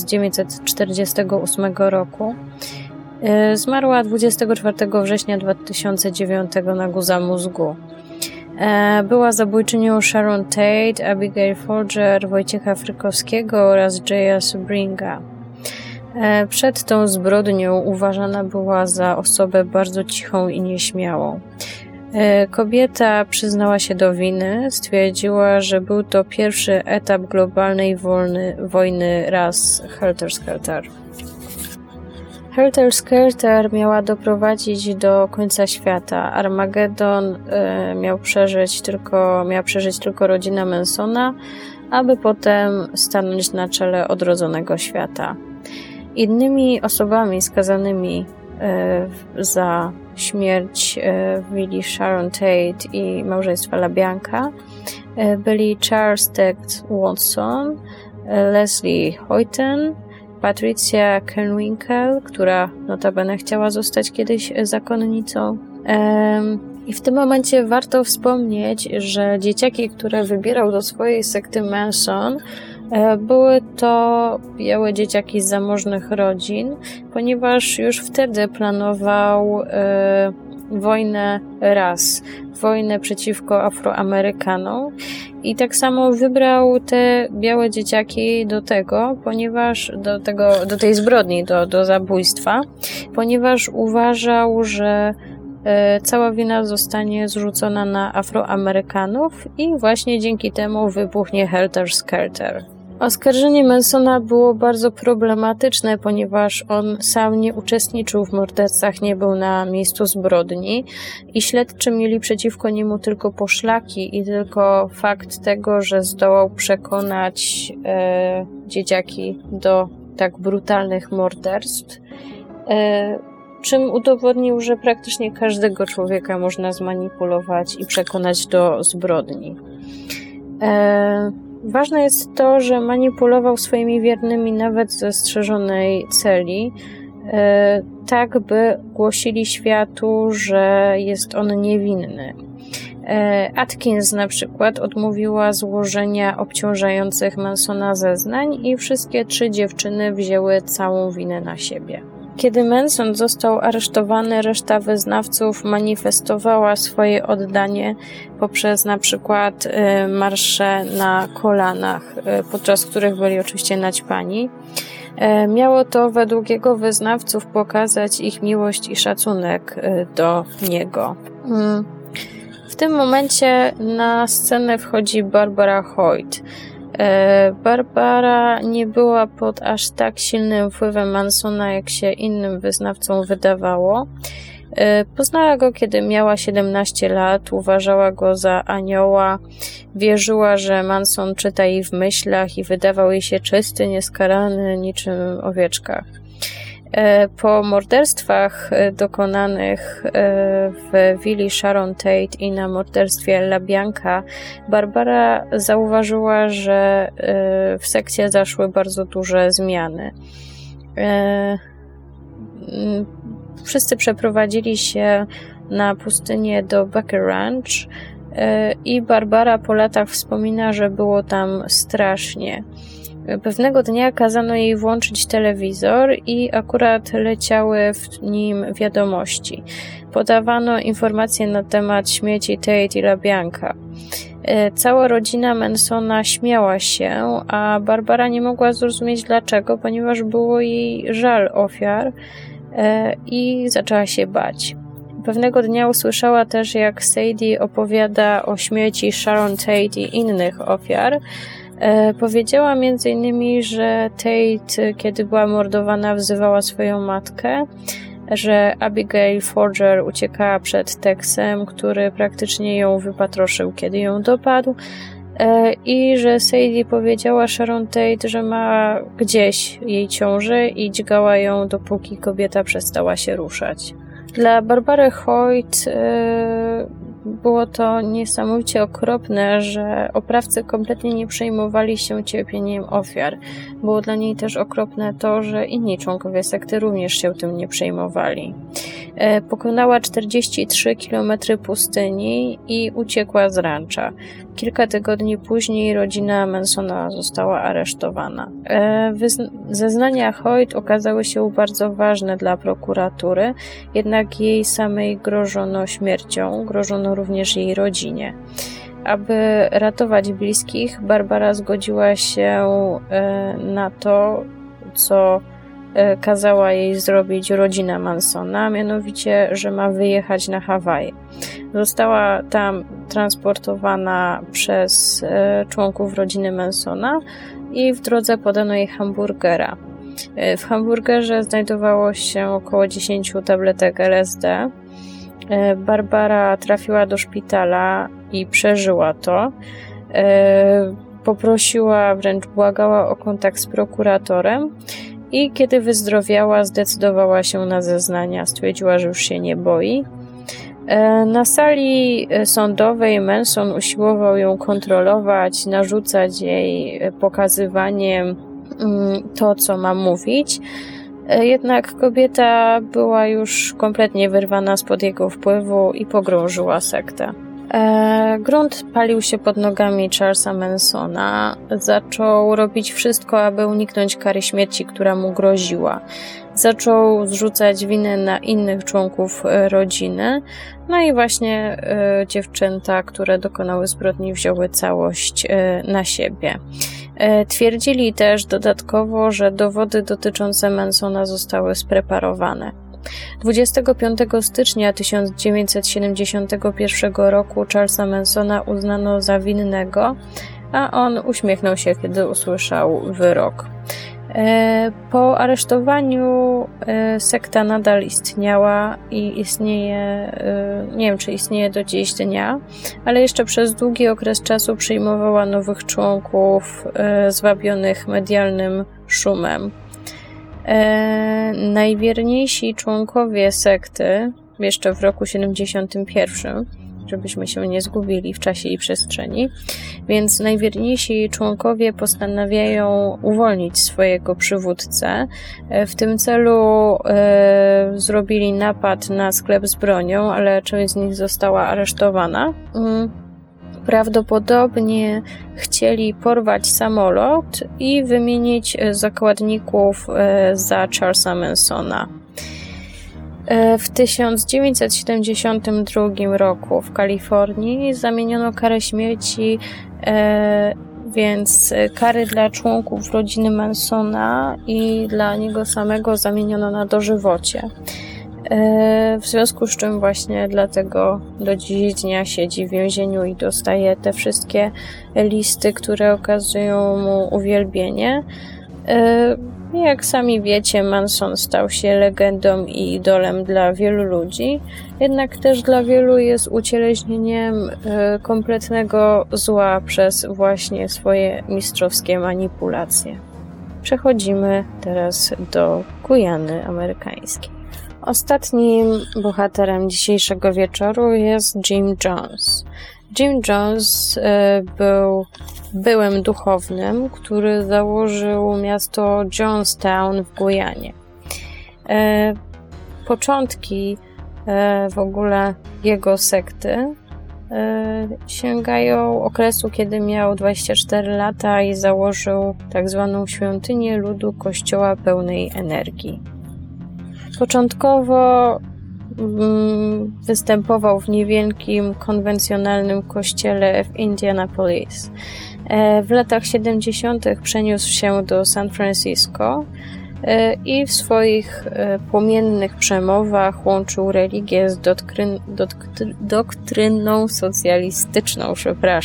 1948 roku. Zmarła 24 września 2009 na guza mózgu. Była zabójczynią Sharon Tate, Abigail Folger, Wojciecha Frykowskiego oraz Jaya Sebringa. Przed tą zbrodnią uważana była za osobę bardzo cichą i nieśmiałą. Kobieta przyznała się do winy, stwierdziła, że był to pierwszy etap globalnej wojny ras Helter-Skelter. Helter-Skelter miała doprowadzić do końca świata. Armagedon miała przeżyć tylko rodzina Mansona, aby potem stanąć na czele odrodzonego świata. Innymi osobami skazanymi za śmierć willi Sharon Tate i małżeństwa LaBianca byli Charles Tex Watson, Leslie Hoyten, Patricia Krenwinkel, która notabene chciała zostać kiedyś zakonnicą. I w tym momencie warto wspomnieć, że dzieciaki, które wybierał do swojej sekty Manson, były to białe dzieciaki z zamożnych rodzin, ponieważ już wtedy planował wojnę ras, wojnę przeciwko Afroamerykanom i tak samo wybrał te białe dzieciaki do tej zbrodni, do zabójstwa, ponieważ uważał, że cała wina zostanie zrzucona na Afroamerykanów i właśnie dzięki temu wybuchnie Helter-Skelter. Oskarżenie Mansona było bardzo problematyczne, ponieważ on sam nie uczestniczył w morderstwach, nie był na miejscu zbrodni i śledczy mieli przeciwko niemu tylko poszlaki i tylko fakt tego, że zdołał przekonać dzieciaki do tak brutalnych morderstw, czym udowodnił, że praktycznie każdego człowieka można zmanipulować i przekonać do zbrodni. Ważne jest to, że manipulował swoimi wiernymi nawet ze strzeżonej celi, tak by głosili światu, że jest on niewinny. Atkins na przykład odmówiła złożenia obciążających Mansona zeznań i wszystkie 3 dziewczyny wzięły całą winę na siebie. Kiedy Manson został aresztowany, reszta wyznawców manifestowała swoje oddanie poprzez na przykład marsze na kolanach, podczas których byli oczywiście naćpani. Miało to według jego wyznawców pokazać ich miłość i szacunek do niego. W tym momencie na scenę wchodzi Barbara Hoyt. Barbara nie była pod aż tak silnym wpływem Mansona, jak się innym wyznawcom wydawało. Poznała go, kiedy miała 17 lat, uważała go za anioła, wierzyła, że Manson czyta jej w myślach i wydawał jej się czysty, nieskarany, niczym owieczka. Po morderstwach dokonanych w willi Sharon Tate i na morderstwie LaBianca, Barbara zauważyła, że w sekcie zaszły bardzo duże zmiany. Wszyscy przeprowadzili się na pustynię do Becker Ranch i Barbara po latach wspomina, że było tam strasznie. Pewnego dnia kazano jej włączyć telewizor i akurat leciały w nim wiadomości. Podawano informacje na temat śmierci Tate i LaBianca. Cała rodzina Mansona śmiała się, a Barbara nie mogła zrozumieć dlaczego, ponieważ było jej żal ofiar i zaczęła się bać. Pewnego dnia usłyszała też, jak Sadie opowiada o śmierci Sharon Tate i innych ofiar. Powiedziała m.in., że Tate, kiedy była mordowana, wzywała swoją matkę, że Abigail Folger uciekała przed Texem, który praktycznie ją wypatroszył, kiedy ją dopadł, i że Sadie powiedziała Sharon Tate, że ma gdzieś jej ciążę i dźgała ją, dopóki kobieta przestała się ruszać. Dla Barbary Hoyt było to niesamowicie okropne, że oprawcy kompletnie nie przejmowali się cierpieniem ofiar. Było dla niej też okropne to, że inni członkowie sekty również się tym nie przejmowali. Pokonała 43 km pustyni i uciekła z rancza. Kilka tygodni później rodzina Mansona została aresztowana. Zeznania Hoyt okazały się bardzo ważne dla prokuratury, jednak jej samej grożono śmiercią, grożono również jej rodzinie. Aby ratować bliskich, Barbara zgodziła się na to, co kazała jej zrobić rodzina Mansona, mianowicie, że ma wyjechać na Hawaje. Została tam transportowana przez członków rodziny Mansona i w drodze podano jej hamburgera. W hamburgerze znajdowało się około 10 tabletek LSD. Barbara trafiła do szpitala i przeżyła to. Poprosiła, wręcz błagała o kontakt z prokuratorem i kiedy wyzdrowiała, zdecydowała się na zeznania. Stwierdziła, że już się nie boi. Na sali sądowej Manson usiłował ją kontrolować, narzucać jej pokazywaniem to, co ma mówić. Jednak kobieta była już kompletnie wyrwana spod jego wpływu i pogrążyła sektę. Grunt palił się pod nogami Charlesa Mansona. Zaczął robić wszystko, aby uniknąć kary śmierci, która mu groziła. Zaczął zrzucać winę na innych członków rodziny. No i właśnie dziewczęta, które dokonały zbrodni, wzięły całość na siebie. Twierdzili też dodatkowo, że dowody dotyczące Mansona zostały spreparowane. 25 stycznia 1971 roku Charlesa Mansona uznano za winnego, a on uśmiechnął się, kiedy usłyszał wyrok. Po aresztowaniu sekta nadal istniała i istnieje, nie wiem, czy istnieje do dziś dnia, ale jeszcze przez długi okres czasu przyjmowała nowych członków zwabionych medialnym szumem. Najwierniejsi członkowie sekty, jeszcze w roku 71, żebyśmy się nie zgubili w czasie i przestrzeni, więc najwierniejsi członkowie postanawiają uwolnić swojego przywódcę. W tym celu zrobili napad na sklep z bronią, ale część z nich została aresztowana. Prawdopodobnie chcieli porwać samolot i wymienić zakładników za Charlesa Mansona. W 1972 roku w Kalifornii zamieniono karę śmierci, więc kary dla członków rodziny Mansona i dla niego samego zamieniono na dożywocie. W związku z czym właśnie dlatego do dziś dnia siedzi w więzieniu i dostaje te wszystkie listy, które okazują mu uwielbienie. Jak sami wiecie, Manson stał się legendą i idolem dla wielu ludzi, jednak też dla wielu jest ucieleśnieniem kompletnego zła przez właśnie swoje mistrzowskie manipulacje. Przechodzimy teraz do Gujany amerykańskiej. Ostatnim bohaterem dzisiejszego wieczoru jest Jim Jones. Jim Jones był byłym duchownym, który założył miasto Jonestown w Gujanie. Początki w ogóle jego sekty sięgają okresu, kiedy miał 24 lata i założył tak zwaną świątynię ludu Kościoła pełnej energii. Początkowo występował w niewielkim, konwencjonalnym kościele w Indianapolis. W latach 70. przeniósł się do San Francisco i w swoich płomiennych przemowach łączył religię z doktryną socjalistyczną.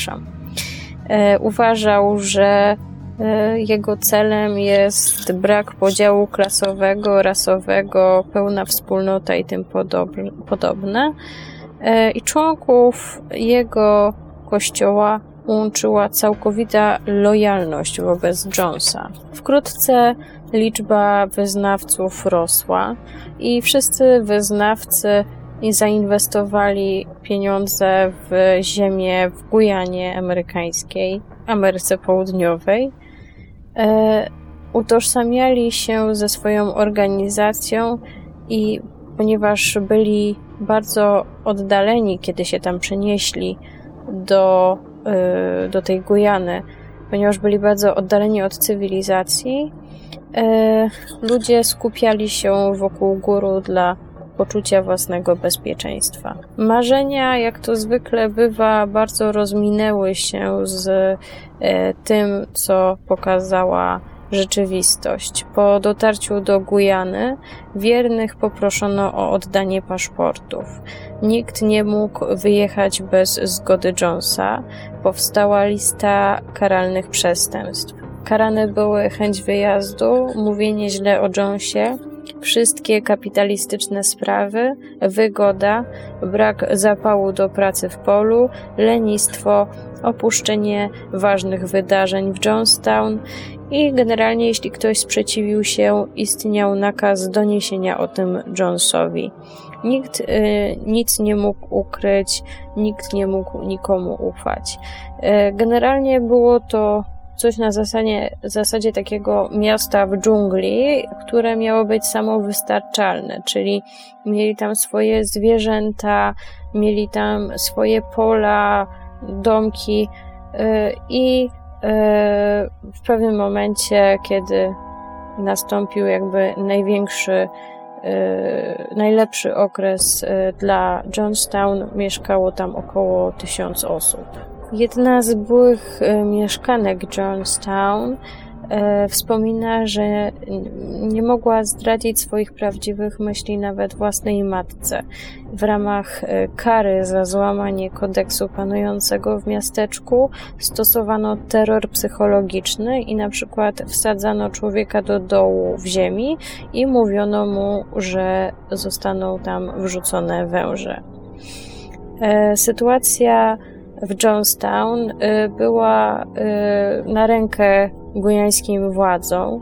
Uważał, że jego celem jest brak podziału klasowego, rasowego, pełna wspólnota i tym podobne. I członków jego kościoła łączyła całkowita lojalność wobec Jonesa. Wkrótce liczba wyznawców rosła i wszyscy wyznawcy zainwestowali pieniądze w ziemię w Gujanie amerykańskiej, Ameryce Południowej. Utożsamiali się ze swoją organizacją i ponieważ byli bardzo oddaleni, kiedy się tam przenieśli do tej Gujany, ponieważ byli bardzo oddaleni od cywilizacji, ludzie skupiali się wokół guru dla poczucia własnego bezpieczeństwa. Marzenia, jak to zwykle bywa, bardzo rozminęły się z tym, co pokazała rzeczywistość. Po dotarciu do Gujany wiernych poproszono o oddanie paszportów. Nikt nie mógł wyjechać bez zgody Jonesa. Powstała lista karalnych przestępstw. Karane były chęć wyjazdu, mówienie źle o Jonesie, wszystkie kapitalistyczne sprawy, wygoda, brak zapału do pracy w polu, lenistwo, opuszczenie ważnych wydarzeń w Jonestown i generalnie jeśli ktoś sprzeciwił się, istniał nakaz doniesienia o tym Jonesowi. Nikt nic nie mógł ukryć, nikt nie mógł nikomu ufać. Generalnie było to coś na zasadzie takiego miasta w dżungli, które miało być samowystarczalne, czyli mieli tam swoje zwierzęta, mieli tam swoje pola, domki i w pewnym momencie, kiedy nastąpił jakby najlepszy okres dla Jonestown, mieszkało tam około 1000 osób. Jedna z byłych mieszkanek Jonestown wspomina, że nie mogła zdradzić swoich prawdziwych myśli nawet własnej matce. W ramach kary za złamanie kodeksu panującego w miasteczku stosowano terror psychologiczny i na przykład wsadzano człowieka do dołu w ziemi i mówiono mu, że zostaną tam wrzucone węże. Sytuacja w Johnstown była na rękę gujańskim władzom,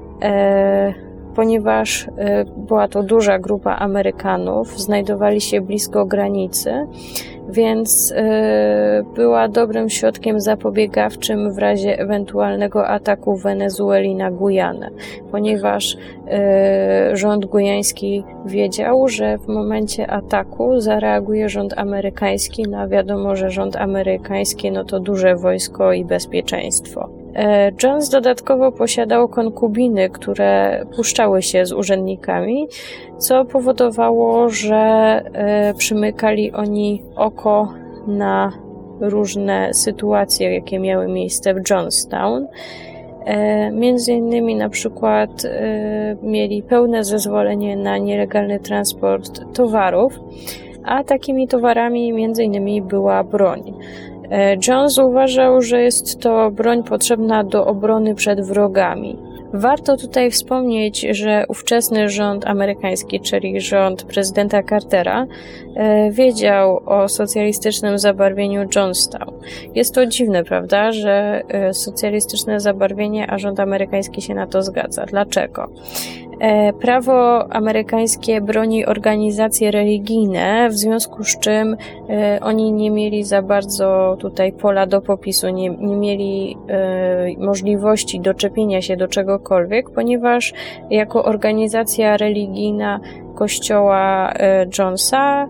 ponieważ była to duża grupa Amerykanów, znajdowali się blisko granicy, więc była dobrym środkiem zapobiegawczym w razie ewentualnego ataku Wenezueli na Gujanę, ponieważ rząd gujański wiedział, że w momencie ataku zareaguje rząd amerykański, no a wiadomo, że rząd amerykański no to duże wojsko i bezpieczeństwo. Jones dodatkowo posiadał konkubiny, które puszczały się z urzędnikami, co powodowało, że przymykali oni oko na różne sytuacje, jakie miały miejsce w Johnstown. Między innymi na przykład mieli pełne zezwolenie na nielegalny transport towarów, a takimi towarami między innymi była broń. Jones uważał, że jest to broń potrzebna do obrony przed wrogami. Warto tutaj wspomnieć, że ówczesny rząd amerykański, czyli rząd prezydenta Cartera, wiedział o socjalistycznym zabarwieniu Johnstown. Jest to dziwne, prawda, że socjalistyczne zabarwienie, a rząd amerykański się na to zgadza. Dlaczego? Prawo amerykańskie broni organizacje religijne, w związku z czym oni nie mieli za bardzo tutaj pola do popisu, nie mieli możliwości doczepienia się do czegokolwiek, ponieważ jako organizacja religijna kościoła Jonesa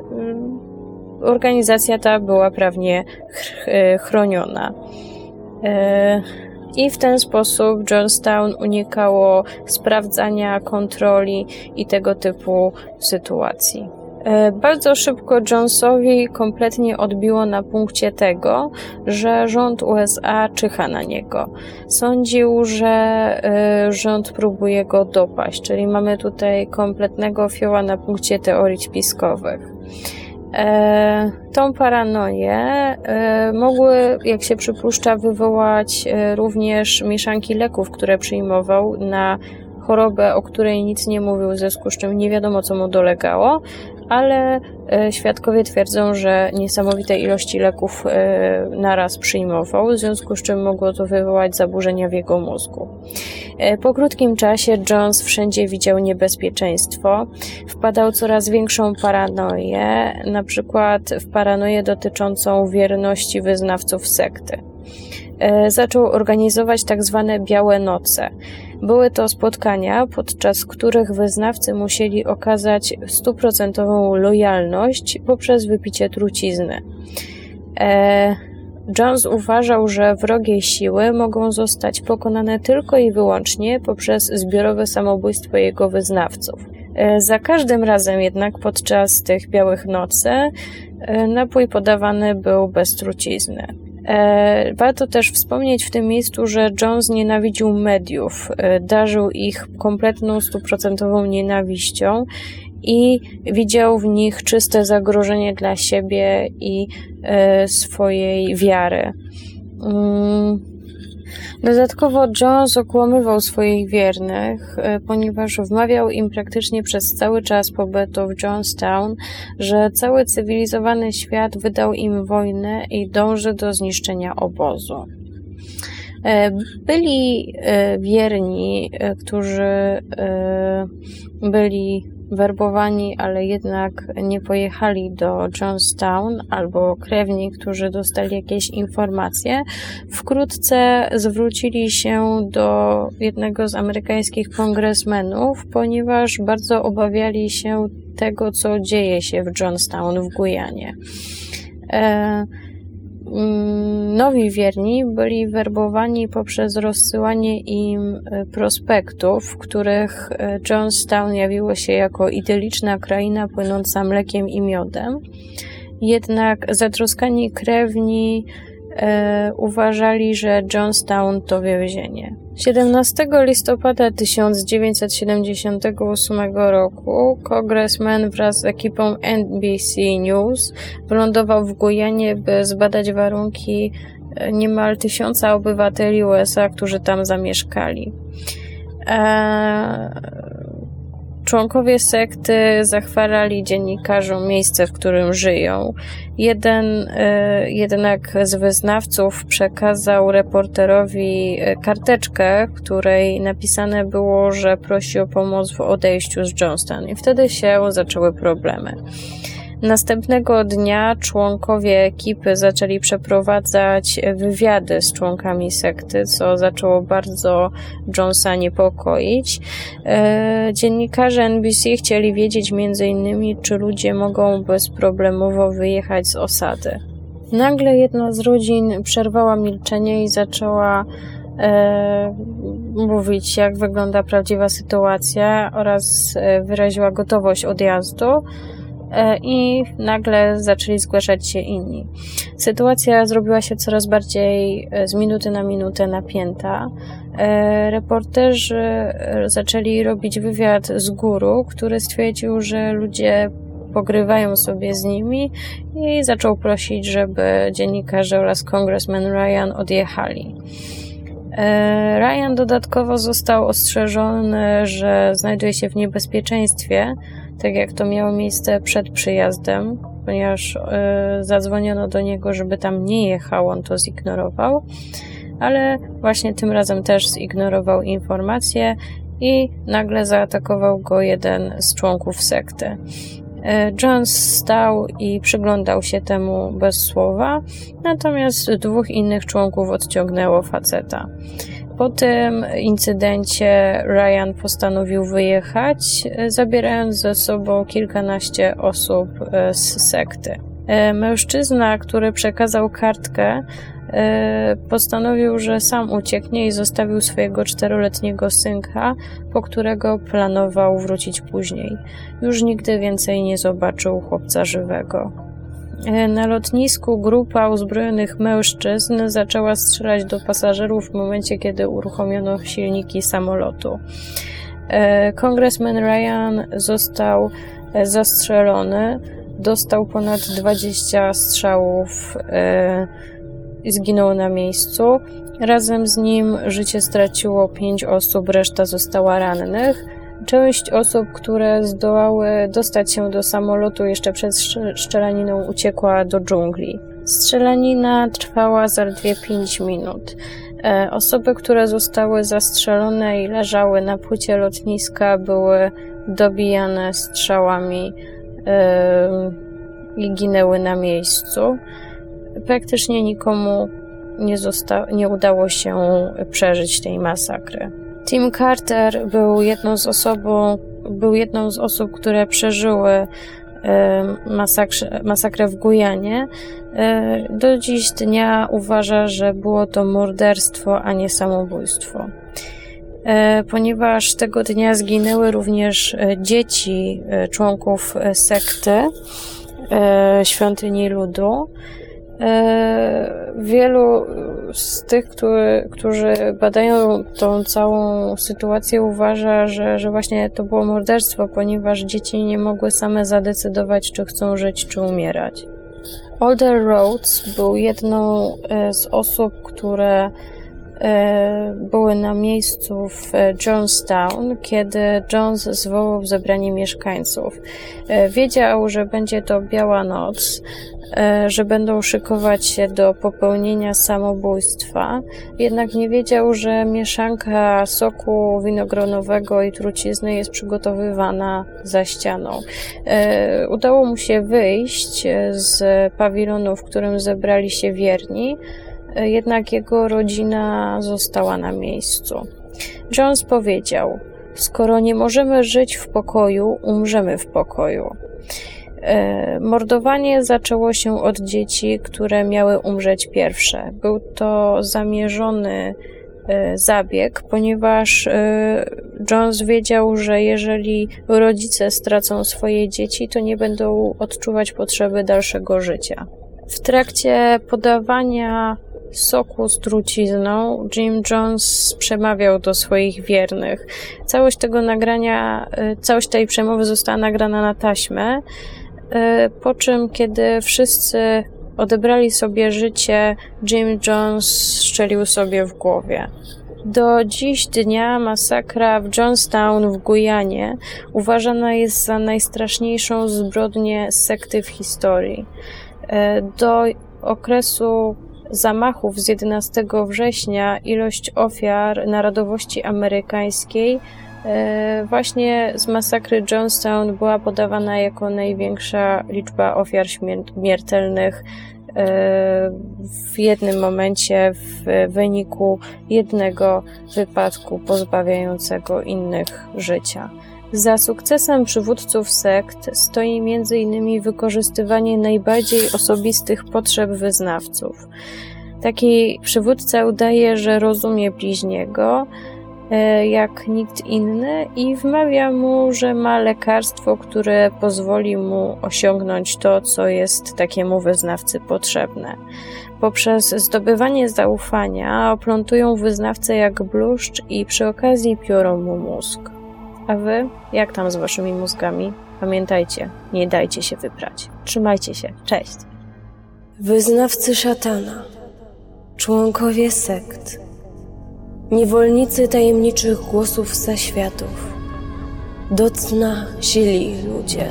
organizacja ta była prawnie chroniona. I w ten sposób Johnstown unikało sprawdzania, kontroli i tego typu sytuacji. Bardzo szybko Jonesowi kompletnie odbiło na punkcie tego, że rząd USA czyha na niego. Sądził, że rząd próbuje go dopaść, czyli mamy tutaj kompletnego fioła na punkcie teorii spiskowych. Tą paranoję mogły, jak się przypuszcza, wywołać również mieszanki leków, które przyjmował na chorobę, o której nic nie mówił, w związku z czym nie wiadomo, co mu dolegało, ale świadkowie twierdzą, że niesamowite ilości leków naraz przyjmował, w związku z czym mogło to wywołać zaburzenia w jego mózgu. Po krótkim czasie Jones wszędzie widział niebezpieczeństwo, wpadał w coraz większą paranoję, na przykład w paranoję dotyczącą wierności wyznawców sekty. Zaczął organizować tak zwane białe noce. Były to spotkania, podczas których wyznawcy musieli okazać 100% lojalność poprzez wypicie trucizny. Jones uważał, że wrogie siły mogą zostać pokonane tylko i wyłącznie poprzez zbiorowe samobójstwo jego wyznawców. Za każdym razem jednak podczas tych białych nocy napój podawany był bez trucizny. Warto też wspomnieć w tym miejscu, że Jones nienawidził mediów, darzył ich kompletną 100% nienawiścią i widział w nich czyste zagrożenie dla siebie i swojej wiary. Dodatkowo Jones okłamywał swoich wiernych, ponieważ wmawiał im praktycznie przez cały czas pobytu w Johnstown, że cały cywilizowany świat wydał im wojnę i dąży do zniszczenia obozu. Byli wierni, którzy byli werbowani, ale jednak nie pojechali do Johnstown, albo krewni, którzy dostali jakieś informacje, wkrótce zwrócili się do jednego z amerykańskich kongresmenów, ponieważ bardzo obawiali się tego, co dzieje się w Johnstown w Gujanie. Nowi wierni byli werbowani poprzez rozsyłanie im prospektów, w których Johnstown jawiło się jako idyliczna kraina płynąca mlekiem i miodem. Jednak zatroskani krewni uważali, że Johnstown to więzienie. 17 listopada 1978 roku kongresmen wraz z ekipą NBC News wylądował w Gujanie, by zbadać warunki niemal 1000 obywateli USA, którzy tam zamieszkali. Członkowie sekty zachwalali dziennikarzom miejsce, w którym żyją. Jeden jednak z wyznawców przekazał reporterowi karteczkę, w której napisane było, że prosi o pomoc w odejściu z Johnstown. I wtedy się zaczęły problemy. Następnego dnia członkowie ekipy zaczęli przeprowadzać wywiady z członkami sekty, co zaczęło bardzo Jonesa niepokoić. Dziennikarze NBC chcieli wiedzieć m.in., czy ludzie mogą bezproblemowo wyjechać z osady. Nagle jedna z rodzin przerwała milczenie i zaczęła mówić, jak wygląda prawdziwa sytuacja, oraz wyraziła gotowość odjazdu. I nagle zaczęli zgłaszać się inni. Sytuacja zrobiła się coraz bardziej z minuty na minutę napięta. Reporterzy zaczęli robić wywiad z guru, który stwierdził, że ludzie pogrywają sobie z nimi i zaczął prosić, żeby dziennikarze oraz kongresmen Ryan odjechali. Ryan dodatkowo został ostrzeżony, że znajduje się w niebezpieczeństwie, tak jak to miało miejsce przed przyjazdem, ponieważ zadzwoniono do niego, żeby tam nie jechał, on to zignorował, ale właśnie tym razem też zignorował informację i nagle zaatakował go jeden z członków sekty. Jones stał i przyglądał się temu bez słowa, natomiast 2 innych członków odciągnęło faceta. Po tym incydencie Ryan postanowił wyjechać, zabierając ze sobą kilkanaście osób z sekty. Mężczyzna, który przekazał kartkę, postanowił, że sam ucieknie i zostawił swojego 4-letniego synka, po którego planował wrócić później. Już nigdy więcej nie zobaczył chłopca żywego. Na lotnisku grupa uzbrojonych mężczyzn zaczęła strzelać do pasażerów w momencie, kiedy uruchomiono silniki samolotu. Kongresmen Ryan został zastrzelony, dostał ponad 20 strzałów i zginął na miejscu. Razem z nim życie straciło 5 osób, reszta została rannych. Część osób, które zdołały dostać się do samolotu jeszcze przed strzelaniną, uciekła do dżungli. Strzelanina trwała zaledwie 5 minut. Osoby, które zostały zastrzelone i leżały na płycie lotniska, były dobijane strzałami i ginęły na miejscu. Praktycznie nikomu nie udało się przeżyć tej masakry. Tim Carter był jedną z osób, które przeżyły masakrę w Gujanie. Do dziś dnia uważa, że było to morderstwo, a nie samobójstwo. Ponieważ tego dnia zginęły również dzieci członków sekty Świątyni Ludu. Wielu z tych, którzy badają tą całą sytuację, uważa, że właśnie to było morderstwo, ponieważ dzieci nie mogły same zadecydować, czy chcą żyć, czy umierać. Alder Rhodes był jedną z osób, które były na miejscu w Johnstown, kiedy Jones zwołał zebranie mieszkańców. Wiedział, że będzie to biała noc, że będą szykować się do popełnienia samobójstwa, jednak nie wiedział, że mieszanka soku winogronowego i trucizny jest przygotowywana za ścianą. Udało mu się wyjść z pawilonu, w którym zebrali się wierni, jednak jego rodzina została na miejscu. Jones powiedział: skoro nie możemy żyć w pokoju, umrzemy w pokoju. Mordowanie zaczęło się od dzieci, które miały umrzeć pierwsze. Był to zamierzony zabieg, ponieważ Jones wiedział, że jeżeli rodzice stracą swoje dzieci, to nie będą odczuwać potrzeby dalszego życia. W trakcie podawania soku z trucizną Jim Jones przemawiał do swoich wiernych. Całość tej przemowy została nagrana na taśmę, po czym, kiedy wszyscy odebrali sobie życie, Jim Jones strzelił sobie w głowie. Do dziś dnia masakra w Jonestown w Gujanie uważana jest za najstraszniejszą zbrodnię sekty w historii. Do okresu zamachów z 11 września ilość ofiar narodowości amerykańskiej właśnie z masakry Jonestown była podawana jako największa liczba ofiar śmiertelnych w jednym momencie w wyniku jednego wypadku pozbawiającego innych życia. Za sukcesem przywódców sekt stoi m.in. wykorzystywanie najbardziej osobistych potrzeb wyznawców. Taki przywódca udaje, że rozumie bliźniego jak nikt inny i wmawia mu, że ma lekarstwo, które pozwoli mu osiągnąć to, co jest takiemu wyznawcy potrzebne. Poprzez zdobywanie zaufania oplątują wyznawcę jak bluszcz i przy okazji piorą mu mózg. A wy? Jak tam z waszymi mózgami? Pamiętajcie, nie dajcie się wybrać. Trzymajcie się. Cześć. Wyznawcy szatana, członkowie sekt, niewolnicy tajemniczych głosów zaświatów, do cna źli ludzie.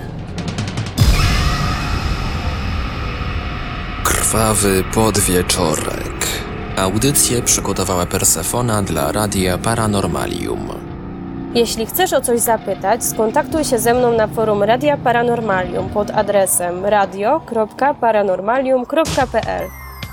Krwawy podwieczorek. Audycję przygotowała Persefona dla Radia Paranormalium. Jeśli chcesz o coś zapytać, skontaktuj się ze mną na forum Radia Paranormalium pod adresem radio.paranormalium.pl.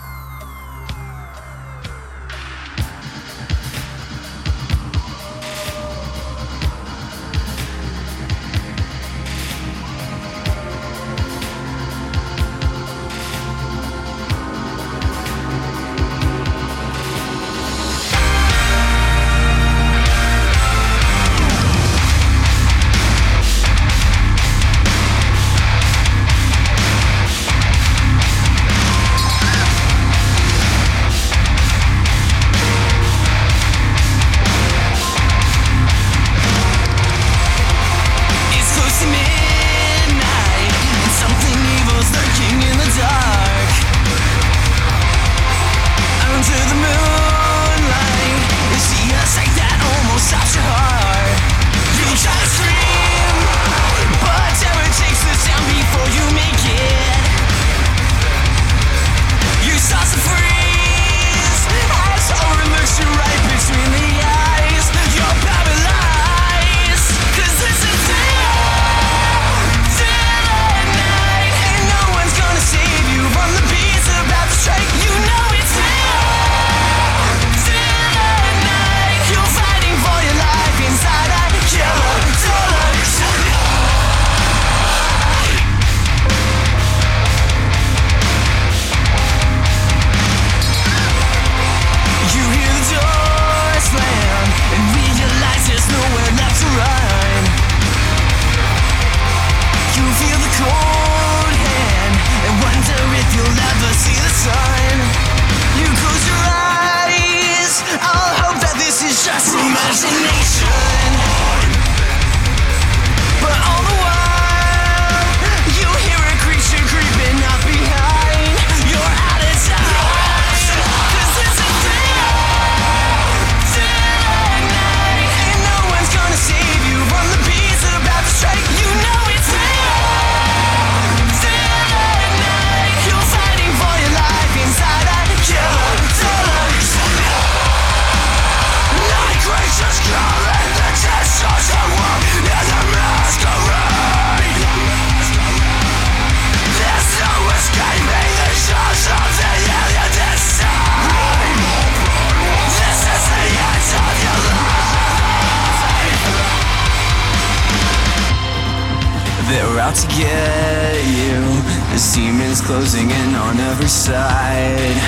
They're out to get you. There's demons closing in on every side.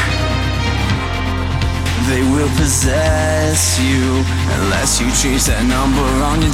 They will possess you unless you change that number on your